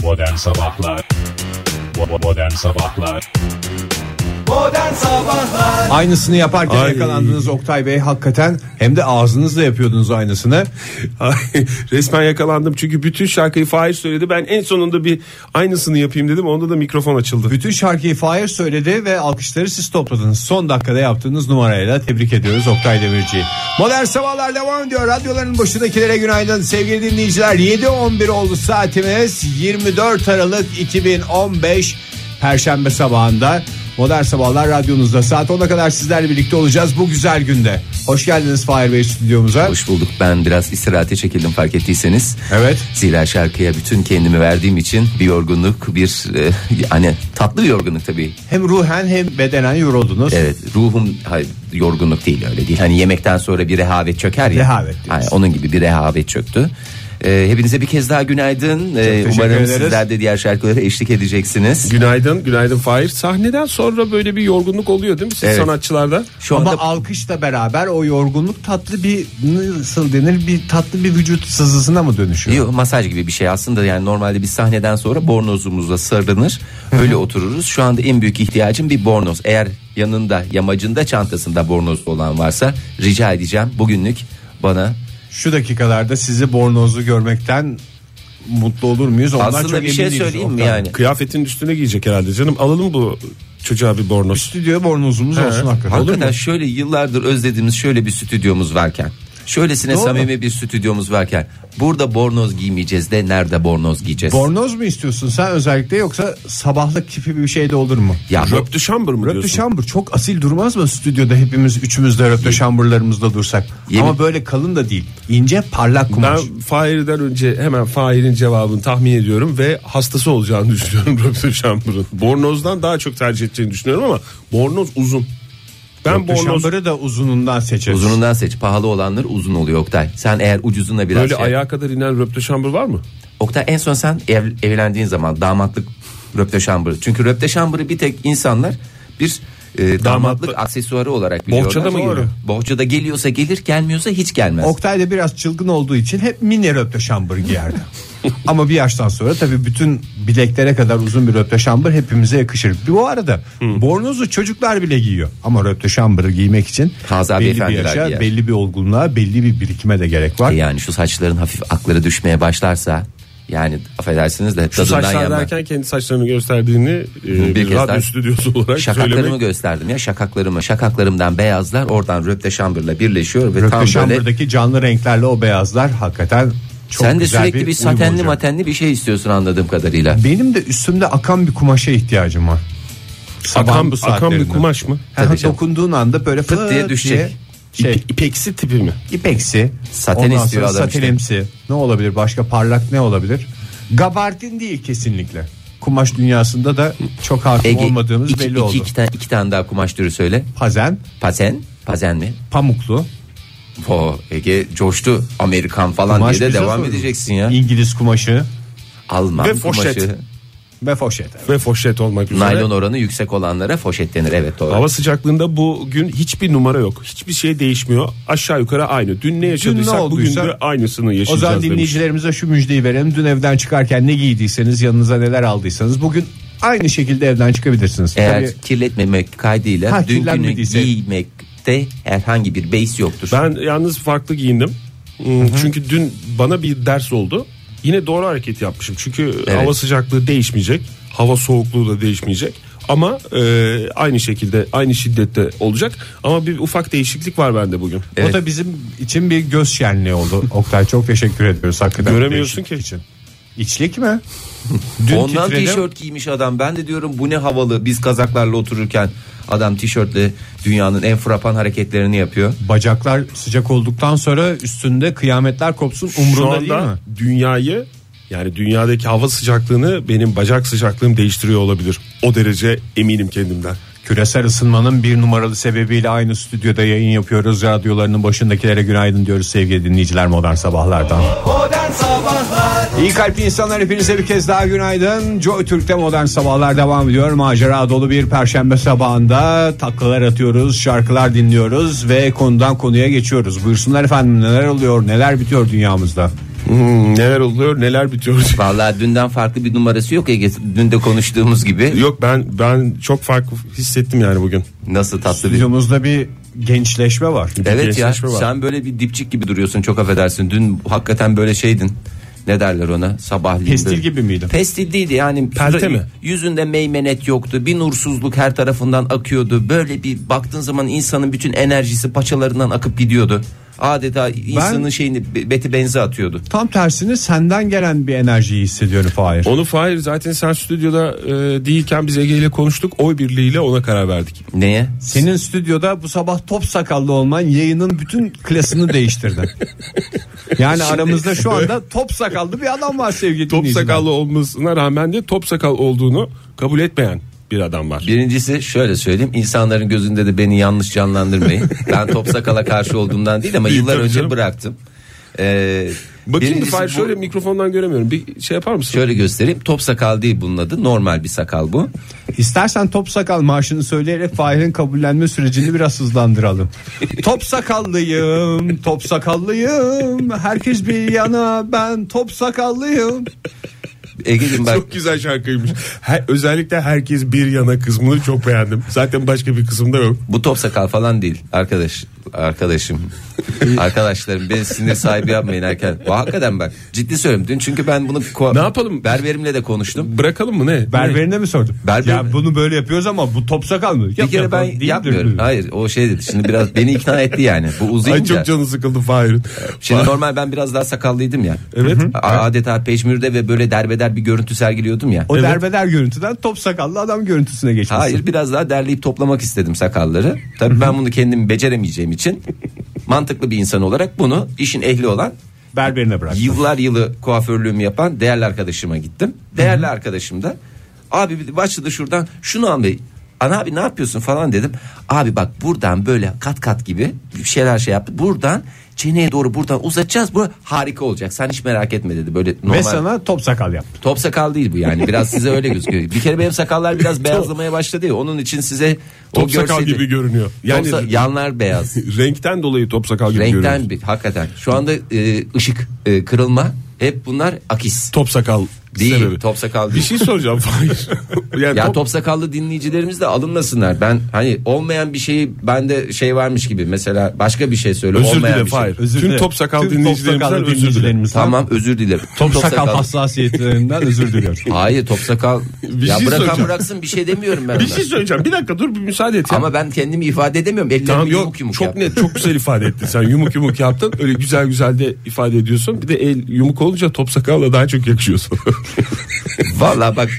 Modern Sabahlar. Modern Sabahlar. Modern Sabahlar. Aynısını yaparken yakalandınız Oktay Bey, hakikaten hem de ağzınızla yapıyordunuz aynısını. Resmen yakalandım çünkü bütün şarkıyı Fahir söyledi. Ben en sonunda bir aynısını yapayım dedim, onda da mikrofon açıldı. Bütün şarkıyı Fahir söyledi ve alkışları siz topladınız. Son dakikada yaptığınız numarayla tebrik ediyoruz Oktay Demirci'yi. Modern Sabahlar devam ediyor. Radyoların başındakilere günaydın sevgili dinleyiciler. 7:11 oldu saatimiz. 24 Aralık 2015 Perşembe sabahında Modern Sabahlar radyonuzda. Saat 10'a kadar sizlerle birlikte olacağız bu güzel günde. Hoş geldiniz Fahir Bey stüdyomuza. Hoş bulduk. Ben biraz istirahate çekildim, fark ettiyseniz. Evet. Zira şarkıya bütün kendimi verdiğim için bir yorgunluk, hani tatlı bir yorgunluk tabii. Hem ruhen hem bedenen yoruldunuz. Evet, ruhum yorgunluk değil, öyle değil. Hani yemekten sonra bir rehavet çöker ya. Rehavet hani onun gibi bir rehavet çöktü. Hepinize bir kez daha günaydın. Umarım ederiz. Sizler de diğer şarkılara eşlik edeceksiniz. Günaydın Fahir. Sahneden sonra böyle bir yorgunluk oluyor değil mi siz sanatçılarda? Şu Ama anda alkışla beraber o yorgunluk tatlı bir, nasıl denir, bir tatlı bir vücut sızısına mı dönüşüyor? yok, masaj gibi bir şey aslında. Yani normalde biz sahneden sonra bornozumuzla sarılır, öyle otururuz. Şu anda en büyük ihtiyacım bir bornoz. Eğer yanında, yamacında, çantasında bornoz olan varsa rica edeceğim bugünlük bana. Şu dakikalarda sizi bornozlu görmekten mutlu olur muyuz? Ondan Aslında çok bir şey emin değiliz söyleyeyim mi Oktay. yani? Kıyafetin üstüne giyecek herhalde canım. Alalım bu çocuğa bir bornoz. Stüdyo bornozumuz olsun hakikaten. Hakikaten şöyle yıllardır özlediğimiz şöyle bir stüdyomuz varken, şöylesine Doğru. samimi bir stüdyomuz varken burada bornoz giymeyeceğiz de nerede bornoz giyeceğiz? Bornoz mu istiyorsun sen özellikle, yoksa sabahlık tipi bir şey de olur mu? Ya Röp de chambre mı Röp de diyorsun? chambre çok asil durmaz mı stüdyoda, hepimiz üçümüz de röp de chambre'larımızda dursak? Yemin- Ama böyle kalın da değil, ince parlak kumaş. Ben Fahir'den önce hemen Fahir'in cevabını tahmin ediyorum ve hastası olacağını düşünüyorum Röp de chambre'ın. Bornozdan daha çok tercih edeceğini düşünüyorum ama bornoz uzun. Ben Röp de bornoz chambre'ı da uzunundan seçeriz. uzunundan seç. Pahalı olanlar uzun oluyor Oktay. Sen eğer ucuzuna biraz böyle ayağa kadar inen röp de chambre var mı? Oktay, en son sen evlendiğin zaman damatlık röp de chambre. Çünkü röp de chambre'ı bir tek insanlar bir damatlık aksesuarı olarak biliyorlar. Bohçada mı geliyor? Bohçada geliyorsa gelir, gelmiyorsa hiç gelmez. Oktay da biraz çılgın olduğu için hep mini röp de chambre giyerdi. Ama bir yaştan sonra tabii bütün bileklere kadar uzun bir röp de chambre hepimize yakışır. Bu arada bornozu çocuklar bile giyiyor. Ama röp de chambre giymek için Taze belli bir beyefendiler yaşa, giyer. belli bir olgunluğa, belli bir birikime de gerek var. Yani şu saçların hafif akları düşmeye başlarsa, yani affedersiniz de Şu tadından saçlar yanma. derken kendi saçlarını gösterdiğini bir kez radyo daha stüdyosu olarak Şakaklarımı söylemek. gösterdim ya, şakaklarımdan beyazlar oradan röp de chambre'la birleşiyor ve Röp tam de böyle. chambre'daki canlı renklerle o beyazlar hakikaten çok Sen de güzel sürekli bir uyum satenli olacak. matenli bir şey istiyorsun anladığım kadarıyla. Benim de üstümde akan bir kumaşa ihtiyacım var. Sabahın bu Akan bir saatlerinde. kumaş mı? Tabii canım. Dokunduğun anda böyle Fıt diye düşecek. İpeksi tipi mi? İpeksi, Saten ondan istiyor sonra adam işte. satelimsi. Ne olabilir başka, parlak ne olabilir? Gabardin değil kesinlikle. Kumaş dünyasında da çok hakim olmadığımız belli oldu. iki tane daha kumaş türü söyle. Pazen, Pazen mi? pamuklu Ege coştu, Amerikan falan kumaş, diye de bize devam sorulur. edeceksin ya. İngiliz kumaşı Alman Ve foşet. kumaşı. ve foşet. Ve foşet olmak üzere. Naylon oranı yüksek olanlara foşet denir, evet doğru. Hava sıcaklığında bugün hiçbir numara yok. Hiçbir şey değişmiyor. Aşağı yukarı aynı. Dün ne yaşadıysak bugün olduysa, de aynısını O yaşayacağız zaman demiş. dinleyicilerimize şu müjdeyi verelim. Dün evden çıkarken ne giydiyseniz, yanınıza neler aldıysanız bugün aynı şekilde evden çıkabilirsiniz. Eğer Tabii kirletmemek kaydıyla dünkünü kirlenmediyse. giymekte herhangi bir beis yoktur. Ben yalnız farklı giyindim. Çünkü dün bana bir ders oldu. Yine doğru hareket yapmışım. Çünkü Evet. hava sıcaklığı değişmeyecek. Hava soğukluğu da değişmeyecek. Ama aynı şekilde, aynı şiddette olacak. Ama bir ufak değişiklik var bende bugün. o da bizim için bir göz şenliği oldu. Oktay çok teşekkür ediyoruz hakikaten. Göremiyorsun Değişiklik ki. için. İçlik mi? Dün Ondan titredim. tişört giymiş adam. Ben de diyorum bu ne havalı. Biz kazaklarla otururken adam tişörtle dünyanın en frapan hareketlerini yapıyor. Bacaklar sıcak olduktan sonra üstünde kıyametler kopsun Şu umrunda değil mi? anda dünyayı, yani dünyadaki hava sıcaklığını benim bacak sıcaklığım değiştiriyor olabilir. O derece eminim kendimden. Küresel ısınmanın bir numaralı sebebiyle aynı stüdyoda yayın yapıyoruz. Radyolarının başındakilere günaydın diyoruz sevgili dinleyiciler Modern Sabahlar'dan. Modern Sabahlar. İyi kalpli insanlar, hepinize bir kez daha günaydın. Joy Türk'te Modern Sabahlar devam ediyor. Macera dolu bir perşembe sabahında taklalar atıyoruz, şarkılar dinliyoruz ve konudan konuya geçiyoruz. Buyursunlar efendim, neler oluyor, neler bitiyor dünyamızda? Neler oluyor, neler bitiyor. Vallahi dünden farklı bir numarası yok Ege. Dün de konuştuğumuz gibi. Yok, ben çok farklı hissettim yani bugün. Nasıl tatlı bir. Stüdyomuzda bir gençleşme var. Evet ya, gençleşme var. sen böyle bir dipçik gibi duruyorsun, çok affedersin. Dün hakikaten böyle şeydin. Ne derler ona? Sabahleyin. Pestil böyle. gibi miydi? Pestil değildi yani. Pelte mi? Yüzünde meymenet yoktu. Bir nursuzluk her tarafından akıyordu. Böyle bir baktığın zaman insanın bütün enerjisi paçalarından akıp gidiyordu. Adeta insanın şeyini beti benzi atıyordu. Tam tersine senden gelen bir enerjiyi hissediyorum Fahir. Onu Fahir, zaten sen stüdyoda değilken biz Ege ile konuştuk. Oy birliğiyle ona karar verdik. Neye? Senin stüdyoda bu sabah top sakallı olman yayının bütün klasını değiştirdi. Yani aramızda şu anda top sakallı bir adam var sevgili Top dinleyiciler. sakallı olmasına rağmen de top sakal olduğunu kabul etmeyen bir adam var. Birincisi şöyle söyleyeyim, insanların gözünde de beni yanlış canlandırmayın. Ben top sakala karşı olduğumdan değil ama Değil, yıllar tabii önce canım. bıraktım. Bakayım bir Birincisi Fahir, şöyle mikrofondan göremiyorum. Bir şey yapar mısın? Şöyle göstereyim, top sakal değil bunun adı, normal bir sakal bu. İstersen top sakal marşını söyleyerek Fahir'in kabullenme sürecini biraz hızlandıralım. Top sakallıyım, top sakallıyım. Herkes bir yana, ben top sakallıyım. Ege'cim bak, Çok güzel şarkıymış. Özellikle herkes bir yana kısmını çok beğendim. Zaten başka bir kısımda yok. bu top sakal falan değil arkadaşım. Arkadaşlarım, beni sinir sahibi yapmayın erken. Bu hakikaten bak, ciddi söylüyorum. Dün çünkü ben bunu Ne yapalım? berberimle de konuştum. Bırakalım mı ne? Berberine mi sordun? Berber- Ya bunu böyle yapıyoruz ama bu top sakal mı? Bir kere ben yapmıyorum. Hayır, o şey dedi. Şimdi biraz beni ikna etti yani. Bu Ay uzayınca. çok canı sıkıldı Fahir'in. Şimdi normal ben biraz daha sakallıydım ya. Evet. Adeta peşmürde ve böyle derbeder bir görüntü sergiliyordum ya. O derbeder görüntüden top sakallı adam görüntüsüne geçmişsin. Hayır, biraz daha derleyip toplamak istedim sakalları. Tabii ben bunu kendim beceremeyeceğim için mantıklı bir insan olarak bunu işin ehli olan, Berberine bırak. yıllar yılı kuaförlüğümü yapan değerli arkadaşıma gittim. Değerli arkadaşım da abi başladı şuradan, şunu al bey. Ana abi ne yapıyorsun falan dedim. Abi bak buradan böyle kat kat gibi bir şeyler şey yaptı. Buradan çeneye doğru buradan uzatacağız. Bu harika olacak. Sen hiç merak etme dedi. Böyle normal. Ve sana top sakal yap. Top sakal değil bu yani. Biraz size öyle gözüküyor. Bir kere benim sakallar biraz beyazlamaya başladı ya. Onun için size Top sakal görseli- gibi görünüyor. Yani yanlar beyaz. renkten dolayı top sakal gibi görünüyor. Renkten bir hakikaten. Şu anda ışık, kırılma, hep bunlar akis. Top sakal Değil, sebebi. top sakal Bir değil. şey soracağım Fahir. Yani Ya top sakallı dinleyicilerimiz de alınmasınlar. Ben hani olmayan bir şeyi, bende şey varmış gibi, mesela başka bir şey söyle, özür olmayan dile bir şey. Fahir. Özür Tüm dilerim. top sakal Tüm top dinleyicilerimizden sakallı özür dile. dinleyicilerimizden Tamam, özür dilerim. Top sakal hassasiyetlerinden özür diliyorum. Hayır, top sakal. Ya şey bırakan söyleyeceğim. bıraksın, bir şey demiyorum ben Bir ona. şey söyleyeceğim. Bir dakika dur, bir müsaade et ya. Ama ben kendimi ifade edemiyorum. Ellerim Tamam, yok yumuk yumuk çok yaptım. net, çok güzel ifade ettin sen, yumuk yumuk yaptın, öyle güzel güzel de ifade ediyorsun, bir de el yumuk olunca top sakalla daha çok yakışıyorsun. Vallahi bak.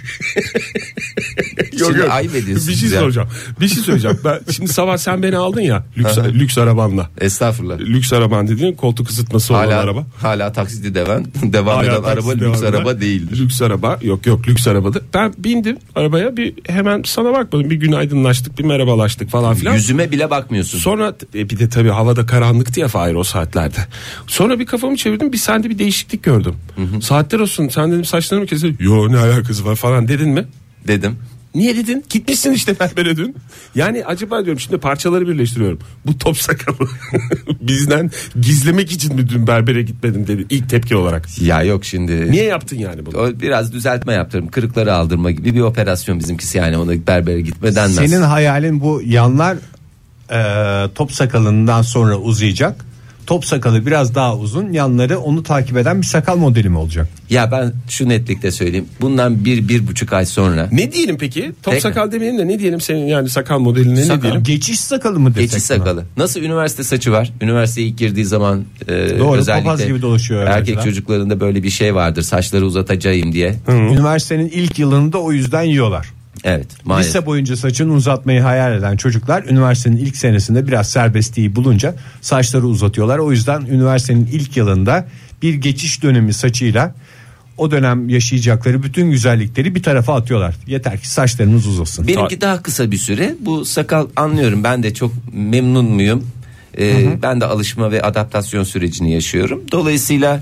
Yok, Şimdi yok. ayıp ediyorsun. Bir şey ya. soracağım. Bir şey söyleyeceğim. Ben şimdi sabah sen beni aldın ya lüks arabanla. Estağfurullah. Lüks araban dediğin koltuk ısıtması olan araba. Hala taksidi devam eden Hala araba taksi lüks devam araba eden. değildir. Lüks araba yok lüks arabadı. Ben bindim arabaya, bir hemen sana bakmadım, bir günaydınlaştık, bir merhabalaştık falan filan. Yüzüme bile bakmıyorsun. Sonra bir de tabii havada karanlıktı ya Fahir o saatlerde. Sonra bir kafamı çevirdim, bir sende bir değişiklik gördüm. Saatler olsun sen dedim saçlarımı kesin. Yo ne alakası var falan dedin mi? Dedim. Niye dedin? Gitmişsin işte berbere dün. Yani acaba diyorum, şimdi parçaları birleştiriyorum. Bu top sakalı bizden gizlemek için mi dün berbere gitmedim dedi ilk tepki olarak. Ya yok şimdi. Niye yaptın yani bunu? O biraz düzeltme yaptırım. Kırıkları aldırma gibi bir operasyon bizimkisi, yani ona berbere gitme denmez. Senin hayalin bu yanlar top sakalından sonra uzayacak. Top sakalı biraz daha uzun, yanları onu takip eden bir sakal modeli mi olacak? Ya ben şu netlikte söyleyeyim. Bundan 1-1,5 ay sonra. Ne diyelim peki? Top Peki. sakal demeyelim de ne diyelim senin yani sakal modeline Sakal. ne diyelim? Geçiş sakalı mı desek? Geçiş buna? sakalı. Nasıl üniversite saçı var? Üniversiteye ilk girdiği zaman Doğru, özellikle papaz gibi dolaşıyor erkek öğrenciler. çocuklarında böyle bir şey vardır. Saçları uzatacağım diye. Üniversitenin ilk yılında o yüzden yiyorlar. Evet, maalesef. Lise boyunca saçını uzatmayı hayal eden çocuklar üniversitenin ilk senesinde biraz serbestliği bulunca saçları uzatıyorlar. O yüzden üniversitenin ilk yılında bir geçiş dönemi saçıyla o dönem yaşayacakları bütün güzellikleri bir tarafa atıyorlar. Yeter ki saçlarınız uzasın. Benimki daha kısa bir süre. Bu sakal, anlıyorum, ben de çok memnun muyum? Ben de alışma ve adaptasyon sürecini yaşıyorum. Dolayısıyla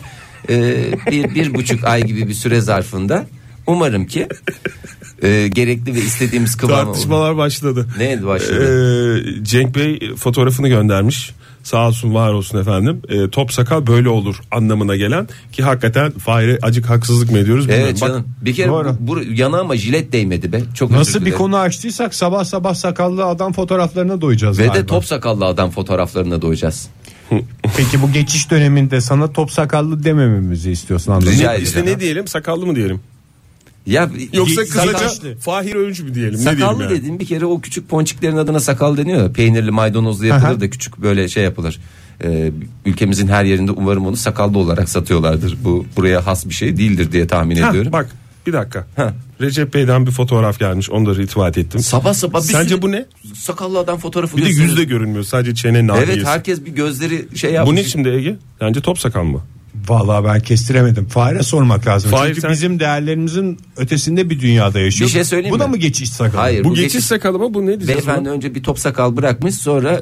1,5 ay gibi bir süre zarfında umarım ki gerekli ve istediğimiz kıvamı. Tartışmalar başladı. Neydi başladı? Cenk Bey fotoğrafını göndermiş. sağ olsun var olsun efendim. Top sakal böyle olur anlamına gelen ki hakikaten Fahir'e acık haksızlık mı ediyoruz bilmiyorum. Evet canım. Bir kere bu yanağıma jilet değmedi be. Çok nasıl bir konu açtıysak sabah sabah sakallı adam fotoğraflarına doyacağız ve galiba. de top sakallı adam fotoğraflarına doyacağız. Peki bu geçiş döneminde sana top sakallı demememizi istiyorsun anladın Rica mı? ederim. İşte ne diyelim, sakallı mı diyelim? Ya Yoksa kısaca sakallı. Fahir Öğünç mü diyelim? Ne sakallı diyelim yani? dediğim bir kere o küçük ponçiklerin adına sakal deniyor ya. Peynirli maydanozlu yapılır Aha. da küçük böyle şey yapılır. Ülkemizin her yerinde umarım onu sakallı olarak satıyorlardır. Bu buraya has bir şey değildir diye tahmin ediyorum. Bak bir dakika. Ha. Recep Bey'den bir fotoğraf gelmiş. Onu da retweet ettim. Sabah sabah bir Sence sürü bu ne? sakallı adam fotoğrafı Bir de gösteriyor. yüzde görünmüyor. Sadece çene nahiyesi. Evet, herkes bir gözleri şey yapmış. Bu ne şimdi Ege? Sence top sakal mı? Vallahi ben kestiremedim. Fahir'e sormak lazım. Fahir, Çünkü sen- bizim değerlerimizin ötesinde bir dünyada yaşıyor. Bir şey söyleyeyim Bu da mi? mı geçiş sakalı? Hayır. Bu geçiş sakalı mı? Bu ne diyeceğiz? Beyefendi önce bir top sakal bırakmış, sonra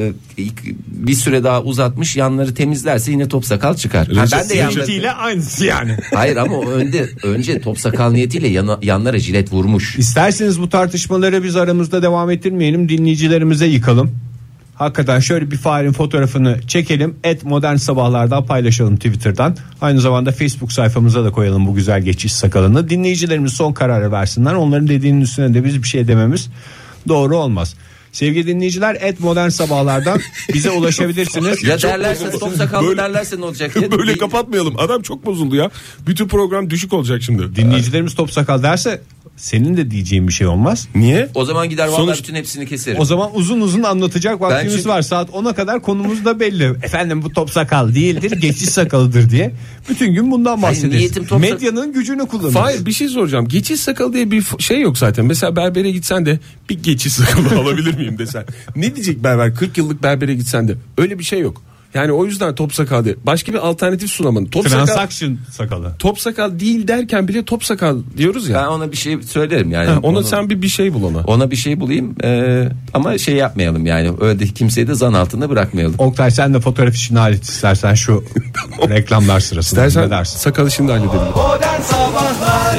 bir süre daha uzatmış, yanları temizlerse yine top sakal çıkar. Ha, ben de yanları... Niyetiyle aynısı yani. Hayır ama önce top sakal niyetiyle yanlara jilet vurmuş. İsterseniz bu tartışmaları biz aramızda devam ettirmeyelim, dinleyicilerimize yıkalım. Hakikaten şöyle bir Fahir'in fotoğrafını çekelim, @modern sabahlardan paylaşalım Twitter'dan. Aynı zamanda Facebook sayfamıza da koyalım bu güzel geçiş sakalını. Dinleyicilerimiz son kararı versinler. Onların dediğinin üstüne de biz bir şey dememiz doğru olmaz. Sevgili dinleyiciler, @modern sabahlardan bize ulaşabilirsiniz. Ya derlerse top sakallı derlerse ne olacak? Ya? Böyle kapatmayalım. Adam çok bozuldu ya. Bütün program düşük olacak şimdi. Dinleyicilerimiz top sakal derse senin de diyeceğin bir şey olmaz. Niye? O zaman gider vallahi Sonuç- bütün hepsini keserim. O zaman uzun uzun anlatacak vaktimiz çünkü- var. Saat 10'a kadar konumuz da belli. Efendim bu top sakal değildir, geçiş sakalıdır diye. Bütün gün bundan bahsederiz. niyetim top Medyanın gücünü kullanırız. Fahir bir şey soracağım. Geçiş sakalı diye bir şey yok zaten. Mesela berbere gitsen de bir geçiş sakalı alabilir miyim desen. Ne diyecek berber? 40 yıllık berbere gitsen de. Öyle bir şey yok. Yani o yüzden top sakal değil. Başka bir alternatif sunamaın. Transaction sakalı. Top sakal değil derken bile top sakal diyoruz ya. Ben ona bir şey söylerim yani. Ona sen bir şey bul ona. Ona bir şey bulayım ama şey yapmayalım yani, öyle kimseyi de zan altında bırakmayalım. Oktay sen de fotoğraf işini hallet istersen şu reklamlar sırasında. Ne İstersen dersin? sakalı şimdi halledelim. Modern Sabahlar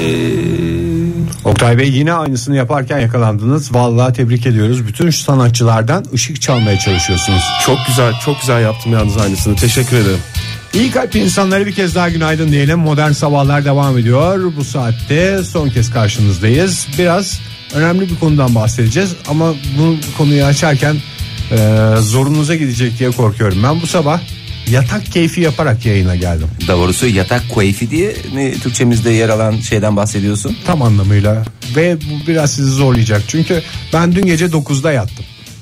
Oktay Bey yine aynısını yaparken yakalandınız. Vallahi tebrik ediyoruz. Bütün şu sanatçılardan ışık çalmaya çalışıyorsunuz. Çok güzel yaptım yalnız aynısını. Teşekkür ederim. İyi kalpli insanlara bir kez daha günaydın diyelim. Modern Sabahlar devam ediyor. Bu saatte son kez karşınızdayız. Biraz önemli bir konudan bahsedeceğiz. Ama bu konuyu açarken zorunuza gidecek diye korkuyorum. Ben bu sabah yatak keyfi yaparak yayına geldim. Doğrusu yatak keyfi diye mi Türkçemizde yer alan şeyden bahsediyorsun? Tam anlamıyla. Ve bu biraz sizi zorlayacak. Çünkü ben dün gece 9'da yattım.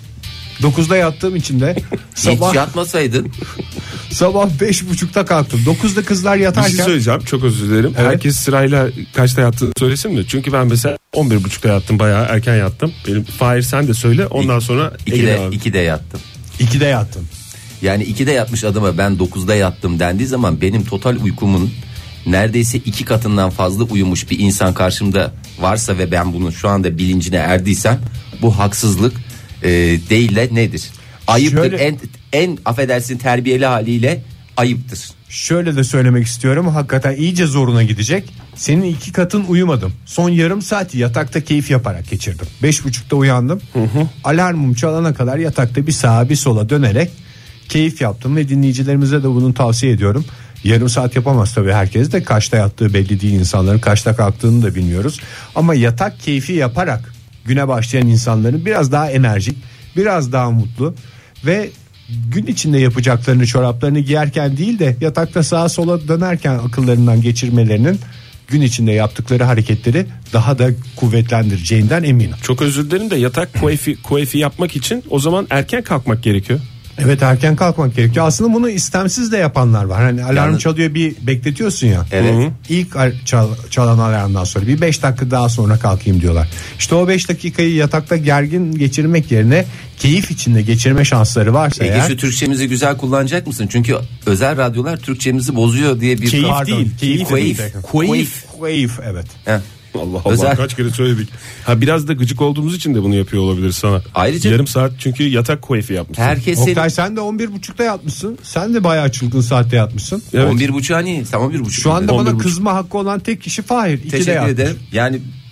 9'da yattığım için de sabah Hiç yatmasaydın. sabah 5.30'da kalktım. 9'da kızlar Bir şey yatarken söyleyeceğim. Çok özür dilerim. Evet. Herkes sırayla kaçta yattığını söylesin mi? Çünkü ben mesela 11.30'da yattım. Bayağı erken yattım. Benim Fahir sen de söyle. Ondan sonra Ege devam. 2'de yattım. 2'de yattım. Yani 2'de yatmış adama ben 9'da yattım dendiği zaman benim total uykumun neredeyse 2 katından fazla uyumuş bir insan karşımda varsa ve ben bunun şu anda bilincine erdiysem bu haksızlık değil de nedir? Ayıptır. Şöyle- En affedersin terbiyeli haliyle ayıptır. Şöyle de söylemek istiyorum. Hakikaten iyice zoruna gidecek. Senin 2 katın uyumadım. Son yarım saati yatakta keyif yaparak geçirdim. 5.30'da uyandım. Alarmım çalana kadar yatakta bir sağa bir sola dönerek keyif yaptım ve dinleyicilerimize de bunu tavsiye ediyorum. Yarım saat yapamaz tabii herkes de, kaçta yattığı belli değil insanların, kaçta kalktığını da bilmiyoruz. Ama yatak keyfi yaparak güne başlayan insanların biraz daha enerjik, biraz daha mutlu ve gün içinde yapacaklarını, çoraplarını giyerken değil de yatakta sağa sola dönerken akıllarından geçirmelerinin gün içinde yaptıkları hareketleri daha da kuvvetlendireceğinden eminim. Çok özür dilerim de yatak keyfi yapmak için o zaman erken kalkmak gerekiyor. Evet, erken kalkmak gerekiyor. Aslında bunu istemsiz de yapanlar var. Hani alarm Yalnız- çalıyor, bir bekletiyorsun ya. Evet. İlk çalan alarmdan sonra bir 5 dakika daha sonra kalkayım diyorlar. İşte o 5 dakikayı yatakta gergin geçirmek yerine keyif içinde geçirme şansları varsa Ege eğer. şu Türkçemizi güzel kullanacak mısın? Çünkü özel radyolar Türkçemizi bozuyor diye bir Keyif Pardon. değil, keyif Keyif. değil. Keyif. Evet. Heh. Allah Allah, Özel- kaç kere söyledik. Ha biraz da gıcık olduğumuz için de bunu yapıyor olabilir sana. Ayrıca- yarım saat çünkü yatak keyfi yapmışsın. Herkes Oktay sen de 11.30'da yatmışsın. Sen de bayağı çılgın saatte yatmışsın. Evet. 11.30 hani sen 11.30. Şu anda bana 11.30. kızma hakkı olan tek kişi Fahir. 2'de Teşekkür yatmış. ederim. Yani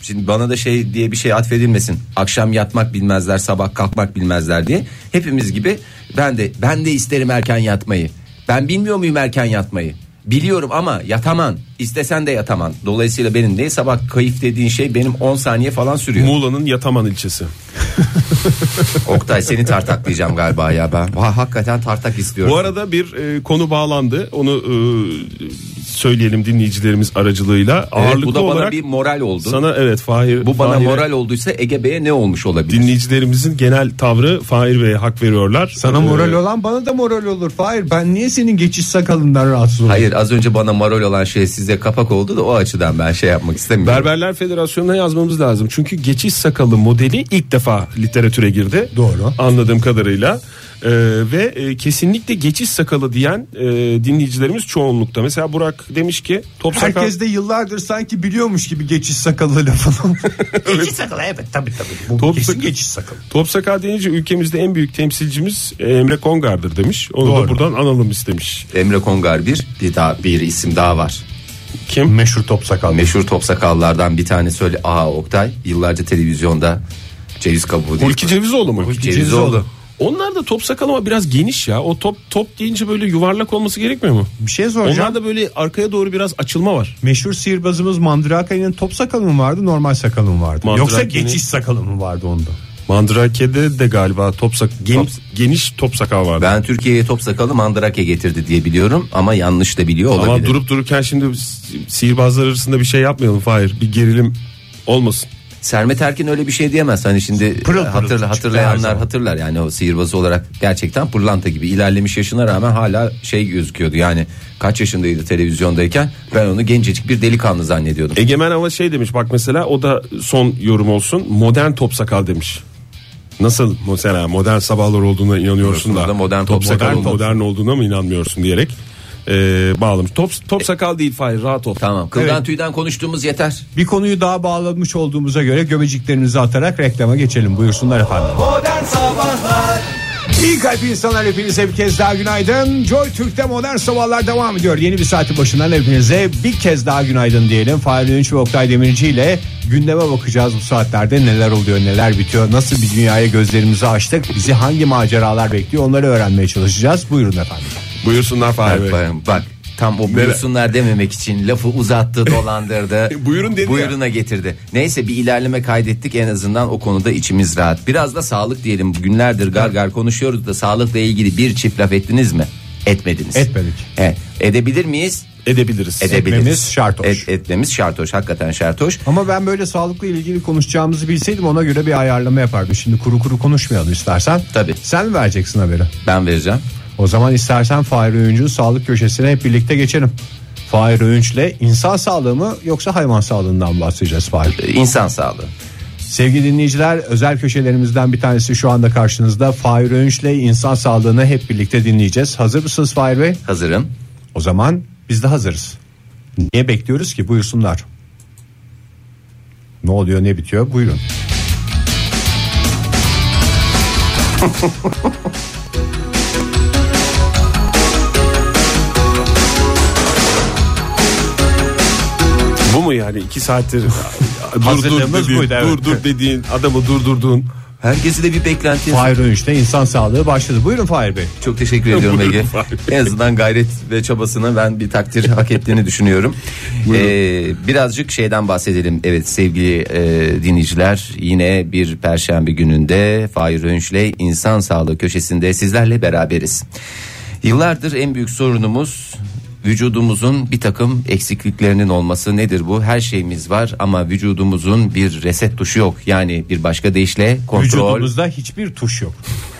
Şimdi bana da şey diye bir şey atfedilmesin. Akşam yatmak bilmezler, sabah kalkmak bilmezler diye. Hepimiz gibi ben de isterim erken yatmayı. Ben bilmiyor muyum erken yatmayı? Biliyorum ama yatamam. İstesen de yatamam. Dolayısıyla benim de sabah kayıp dediğin şey benim 10 saniye falan sürüyor. Muğla'nın Yataman ilçesi. Oktay seni tartaklayacağım galiba ya ben. Hakikaten tartak istiyorum. Bu arada bir konu bağlandı. Onu söyleyelim dinleyicilerimiz aracılığıyla. Evet, bu da bana olarak bir moral oldu. Sana evet Fahir. Bu bana Fahir'e, moral olduysa Ege Bey'e ne olmuş olabilir? dinleyicilerimizin genel tavrı Fahir Bey'e hak veriyorlar. Sana moral olan bana da moral olur. Hayır, ben niye senin geçiş sakalından rahatsız oluyorum? Hayır, az önce bana moral olan şey size kapak oldu da o açıdan ben şey yapmak istemiyorum. Berberler Federasyonu'na yazmamız lazım. Çünkü geçiş sakalı modeli ilk defa literatüre girdi. Doğru. Anladığım kadarıyla. Ve kesinlikle geçiş sakalı diyen dinleyicilerimiz çoğunlukta. Mesela Burak demiş ki top sakal. Herkes de yıllardır sanki biliyormuş gibi geçiş sakalı lafını. Geçiş sakalı, evet tabii. Bu Top kesin sakal. geçiş sakalı. Top sakal deyince ülkemizde en büyük temsilcimiz Emre Kongar'dır demiş. Onu Doğru. da buradan analım istemiş. Emre Kongar bir isim daha var. Kim? Meşhur top sakallı. Meşhur top sakallardan bir tane söyle. Oktay yıllarca televizyonda ceviz kabuğu değil. Hulki Cevizoğlu mu? Cevizoğlu. Onlar da top sakal ama biraz geniş ya. O top deyince böyle yuvarlak olması gerekmiyor mu? Bir şey soracağım. Onlar da böyle arkaya doğru biraz açılma var. Meşhur sihirbazımız Mandraka'nın top sakalı mı vardı, normal sakalı mı vardı? Yoksa Mandrake'nin- geçiş sakalı mı vardı onda? Mandrake'de de galiba geniş top sakal vardı. Ben Türkiye'ye top sakalı Mandrake getirdi diye biliyorum ama yanlış da biliyor olabilir. Ama durup dururken şimdi sihirbazlar arasında bir şey yapmayalım Fahir. Bir gerilim olmasın. Sermet Erkin öyle bir şey diyemez. Hani şimdi Pırıl pırıl her hatırlayanlar zaman. hatırlar. Yani o sihirbazı olarak gerçekten pırlanta gibi ilerlemiş yaşına rağmen hala şey gözüküyordu. Yani kaç yaşındaydı televizyondayken ben onu gencecik bir delikanlı zannediyordum. Egemen ama şey demiş bak mesela o da son yorum olsun. Modern top sakal demiş. Nasıl mesela modern sabahlar olduğuna inanıyorsun da Modern top sakal oldu. modern olduğuna mı inanmıyorsun diyerek bağlamış. Top sakal değil Fahir, rahat ol. Tamam, kıldan Evet. tüyden konuştuğumuz yeter. Bir konuyu daha bağlamış olduğumuza göre göbeciklerimizi atarak reklama geçelim. Buyursunlar efendim. Modern Sabahlar İyi kalp insanlar, hepinize bir kez daha günaydın. Joy Türk'te Modern Sabahlar devam ediyor. Yeni bir saatin başından hepinize bir kez daha günaydın diyelim. Fahir Öğünç ve Oktay Demirci ile gündeme bakacağız bu saatlerde. Neler oluyor, neler bitiyor, nasıl bir dünyaya gözlerimizi açtık, bizi hangi maceralar bekliyor, onları öğrenmeye çalışacağız. Buyurun efendim. Buyursunlar Fahir Bey. Bak tam o buyursunlar dememek için lafı uzattı, dolandırdı. Buyurun dedi Buyuruna getirdi. Neyse, bir ilerleme kaydettik, en azından o konuda içimiz rahat. Biraz da sağlık diyelim. Günlerdir gar konuşuyoruz da sağlıkla ilgili bir çift laf ettiniz mi? Etmediniz. Etmedik. Edebilir miyiz? Edebiliriz. Etmemiz şart hoş. Etmemiz şart hoş. Hakikaten şart hoş. Ama ben böyle sağlıkla ilgili konuşacağımızı bilseydim ona göre bir ayarlama yapardım. Şimdi kuru konuşmayalım istersen. Tabii. Sen mi vereceksin haberi? Ben vereceğim. O zaman istersen Fahir Öğünç'ün sağlık köşesine hep birlikte geçelim. Fahir Öğünç'le insan sağlığı mı yoksa hayvan sağlığından bahsedeceğiz Fahir? İnsan sağlığı. Sevgili dinleyiciler, özel köşelerimizden bir tanesi şu anda karşınızda. Fahir Öğünç'le insan sağlığını hep birlikte dinleyeceğiz. Hazır mısınız Fahir Bey? Hazırım. O zaman biz de hazırız. Niye bekliyoruz ki? Buyursunlar. Ne oluyor, ne bitiyor? Buyurun. Bu mu yani 2 saattir Hazırlığımız buydu, evet. dur dediğin adamı durdurduğun. Herkesi de bir beklenti. Fahir Öğünç'te insan sağlığı başladı. Buyurun Fahir Bey. Çok teşekkür ediyorum Buyurun Ege. Fahir. En azından gayret ve çabasına ben bir takdir hak ettiğini düşünüyorum. Birazcık şeyden bahsedelim. Evet sevgili dinleyiciler, yine bir perşembe gününde Fahir Öğünç'le insan sağlığı köşesinde sizlerle beraberiz. Yıllardır en büyük sorunumuz vücudumuzun bir takım eksikliklerinin olması. Nedir bu? Her şeyimiz var ama vücudumuzun bir reset tuşu yok. Yani bir başka deyişle kontrol. Vücudumuzda hiçbir tuş yok.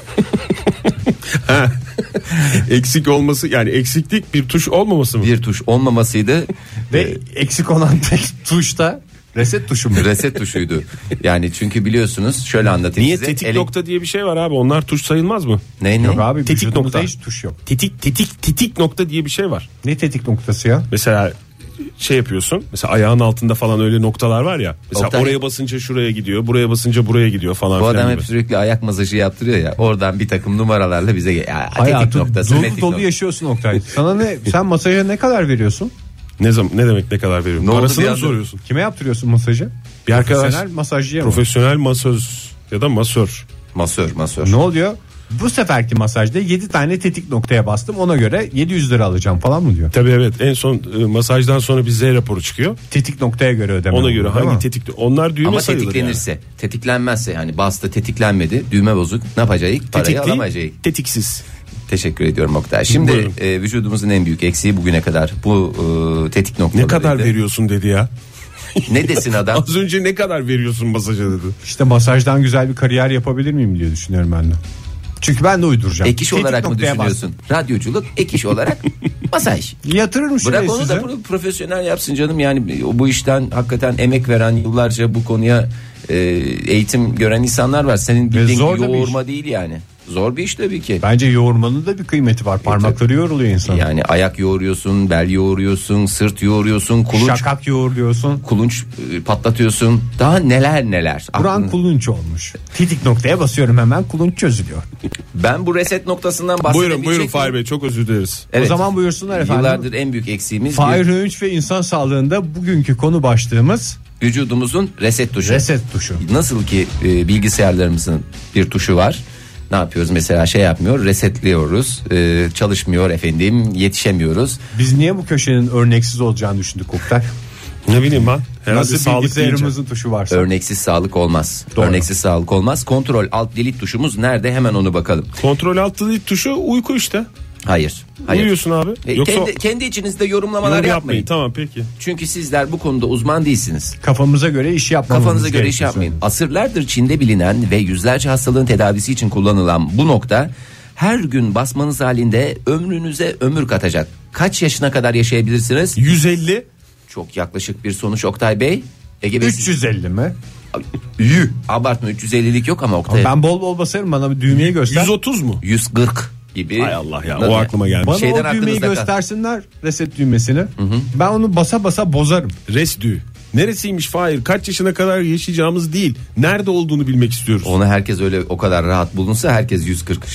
Eksik olması, yani eksiklik bir tuş olmaması mı? Bir tuş olmamasıydı. Ve eksik olan tek tuş da reset tuşu mu? Reset tuşuydu. Yani çünkü biliyorsunuz, şöyle anlatayım Niye size. tetik nokta diye bir şey var abi, onlar tuş sayılmaz mı? Ne? Yok abi, Tetik vücudumuzda nokta. hiç tuş yok. Tetik nokta diye bir şey var. Ne tetik noktası ya? Mesela şey yapıyorsun. Mesela ayağın altında falan öyle noktalar var ya. Mesela Oktay, oraya basınca şuraya gidiyor, buraya basınca buraya gidiyor falan bu filan adam gibi. hep sürekli ayak masajı yaptırıyor ya. Oradan bir takım numaralarla bize tetik Hayatı noktası, dolu metik dolu noktası. yaşıyorsun Oktay. Sana ne? Sen masaja ne kadar veriyorsun? Ne zaman, ne demek ne kadar veriyorum? Ne oldu Parasını bir mı anda? soruyorsun? Kime yaptırıyorsun masajı? Bir arkadaş, Profesyonel masajcıya mı? profesyonel masöz ya da masör. Masör. Ne oluyor? Bu seferki masajda 7 tane tetik noktaya bastım. Ona göre 700 lira alacağım falan mı diyor? Tabii evet, en son masajdan sonra bir Z raporu çıkıyor. Tetik noktaya göre ödeme. Ona göre oluyor, değil hangi mi? tetik, onlar düğme Ama sayılır tetiklenirse, tetiklenmezse yani bastı tetiklenmedi, düğme bozuk, ne yapacağız? Parayı Tetikli, alamayacağız. tetiksiz. Teşekkür ediyorum Oktay. Şimdi vücudumuzun en büyük eksiği bugüne kadar bu tetik noktaları. Ne kadar veriyorsun dedi ya. Ne desin adam? Az önce ne kadar veriyorsun masaja dedi. İşte masajdan güzel bir kariyer yapabilir miyim diye düşünüyorum ben de. Çünkü ben de uyduracağım. Ek iş Tetik olarak mı noktaya düşünüyorsun? Radyoculuk ek iş olarak masaj. bastım. Yatırırım şuraya Bırak onu size. da profesyonel yapsın canım. Yani bu işten hakikaten emek veren, yıllarca bu konuya eğitim gören insanlar var. Senin bildiğin zor da bir yoğurma değil yani. Zor bir iş tabii ki. Bence yoğurmanın da bir kıymeti var. Parmakları yoğruluyor insan. Yani ayak yoğuruyorsun, bel yoğuruyorsun, sırt yoğuruyorsun, Şakak yoğuruyorsun. kulunç patlatıyorsun. Daha neler. Buran Aklın- kulunç olmuş. Tetik noktaya basıyorum hemen kulunç çözülüyor. Ben bu reset noktasından bahsedebilecek Buyurun miyim? Fahir Bey, çok özür dileriz. Evet. O zaman buyursunlar efendim. Yıllardır en büyük eksiğimiz Fahir Öğünç ve insan sağlığında bugünkü konu başlığımız vücudumuzun reset tuşu. reset tuşu. Nasıl ki bilgisayarlarımızın bir tuşu var. Ne yapıyoruz mesela, şey yapmıyor, resetliyoruz, çalışmıyor efendim, yetişemiyoruz. Biz niye bu köşenin örneksiz olacağını düşündük Oktay? Ne bileyim ben. Herhalde Nasıl sağlık deyince. bilgisayarımızın tuşu varsa. Örneksiz sağlık olmaz. Doğru. Örneksiz sağlık olmaz. Kontrol alt delete tuşumuz nerede, hemen onu bakalım. Kontrol altı değil, tuşu uyku işte. Hayır. Uyuyorsun abi. Yoksa Kendi içinizde yorumlamalar yorum yapmayın. Tamam peki. Çünkü sizler bu konuda uzman değilsiniz. Kafamıza göre iş yapmamamız Kafanıza göre iş gerekiyor yapmayın. sanırım. Asırlardır Çin'de bilinen ve yüzlerce hastalığın tedavisi için kullanılan bu nokta her gün basmanız halinde ömrünüze ömür katacak. Kaç yaşına kadar yaşayabilirsiniz? 150. Çok yaklaşık bir sonuç Oktay Bey. Ege Bey, 350 mi? abartma, 350'lik yok ama Oktay. Ben bol bol basarım, bana bir düğmeyi göster. 130 mu? 140 gibi. Hay Allah ya, o aklıma gelmiş. Bana Şeyden o düğmeyi aklınızda kal- göstersinler, reset düğmesini. Ben onu basa basa bozarım. Restü. Neresiymiş Fahir? Kaç yaşına kadar yaşayacağımız değil. Nerede olduğunu bilmek istiyoruz. Onu herkes öyle o kadar rahat bulunsa herkes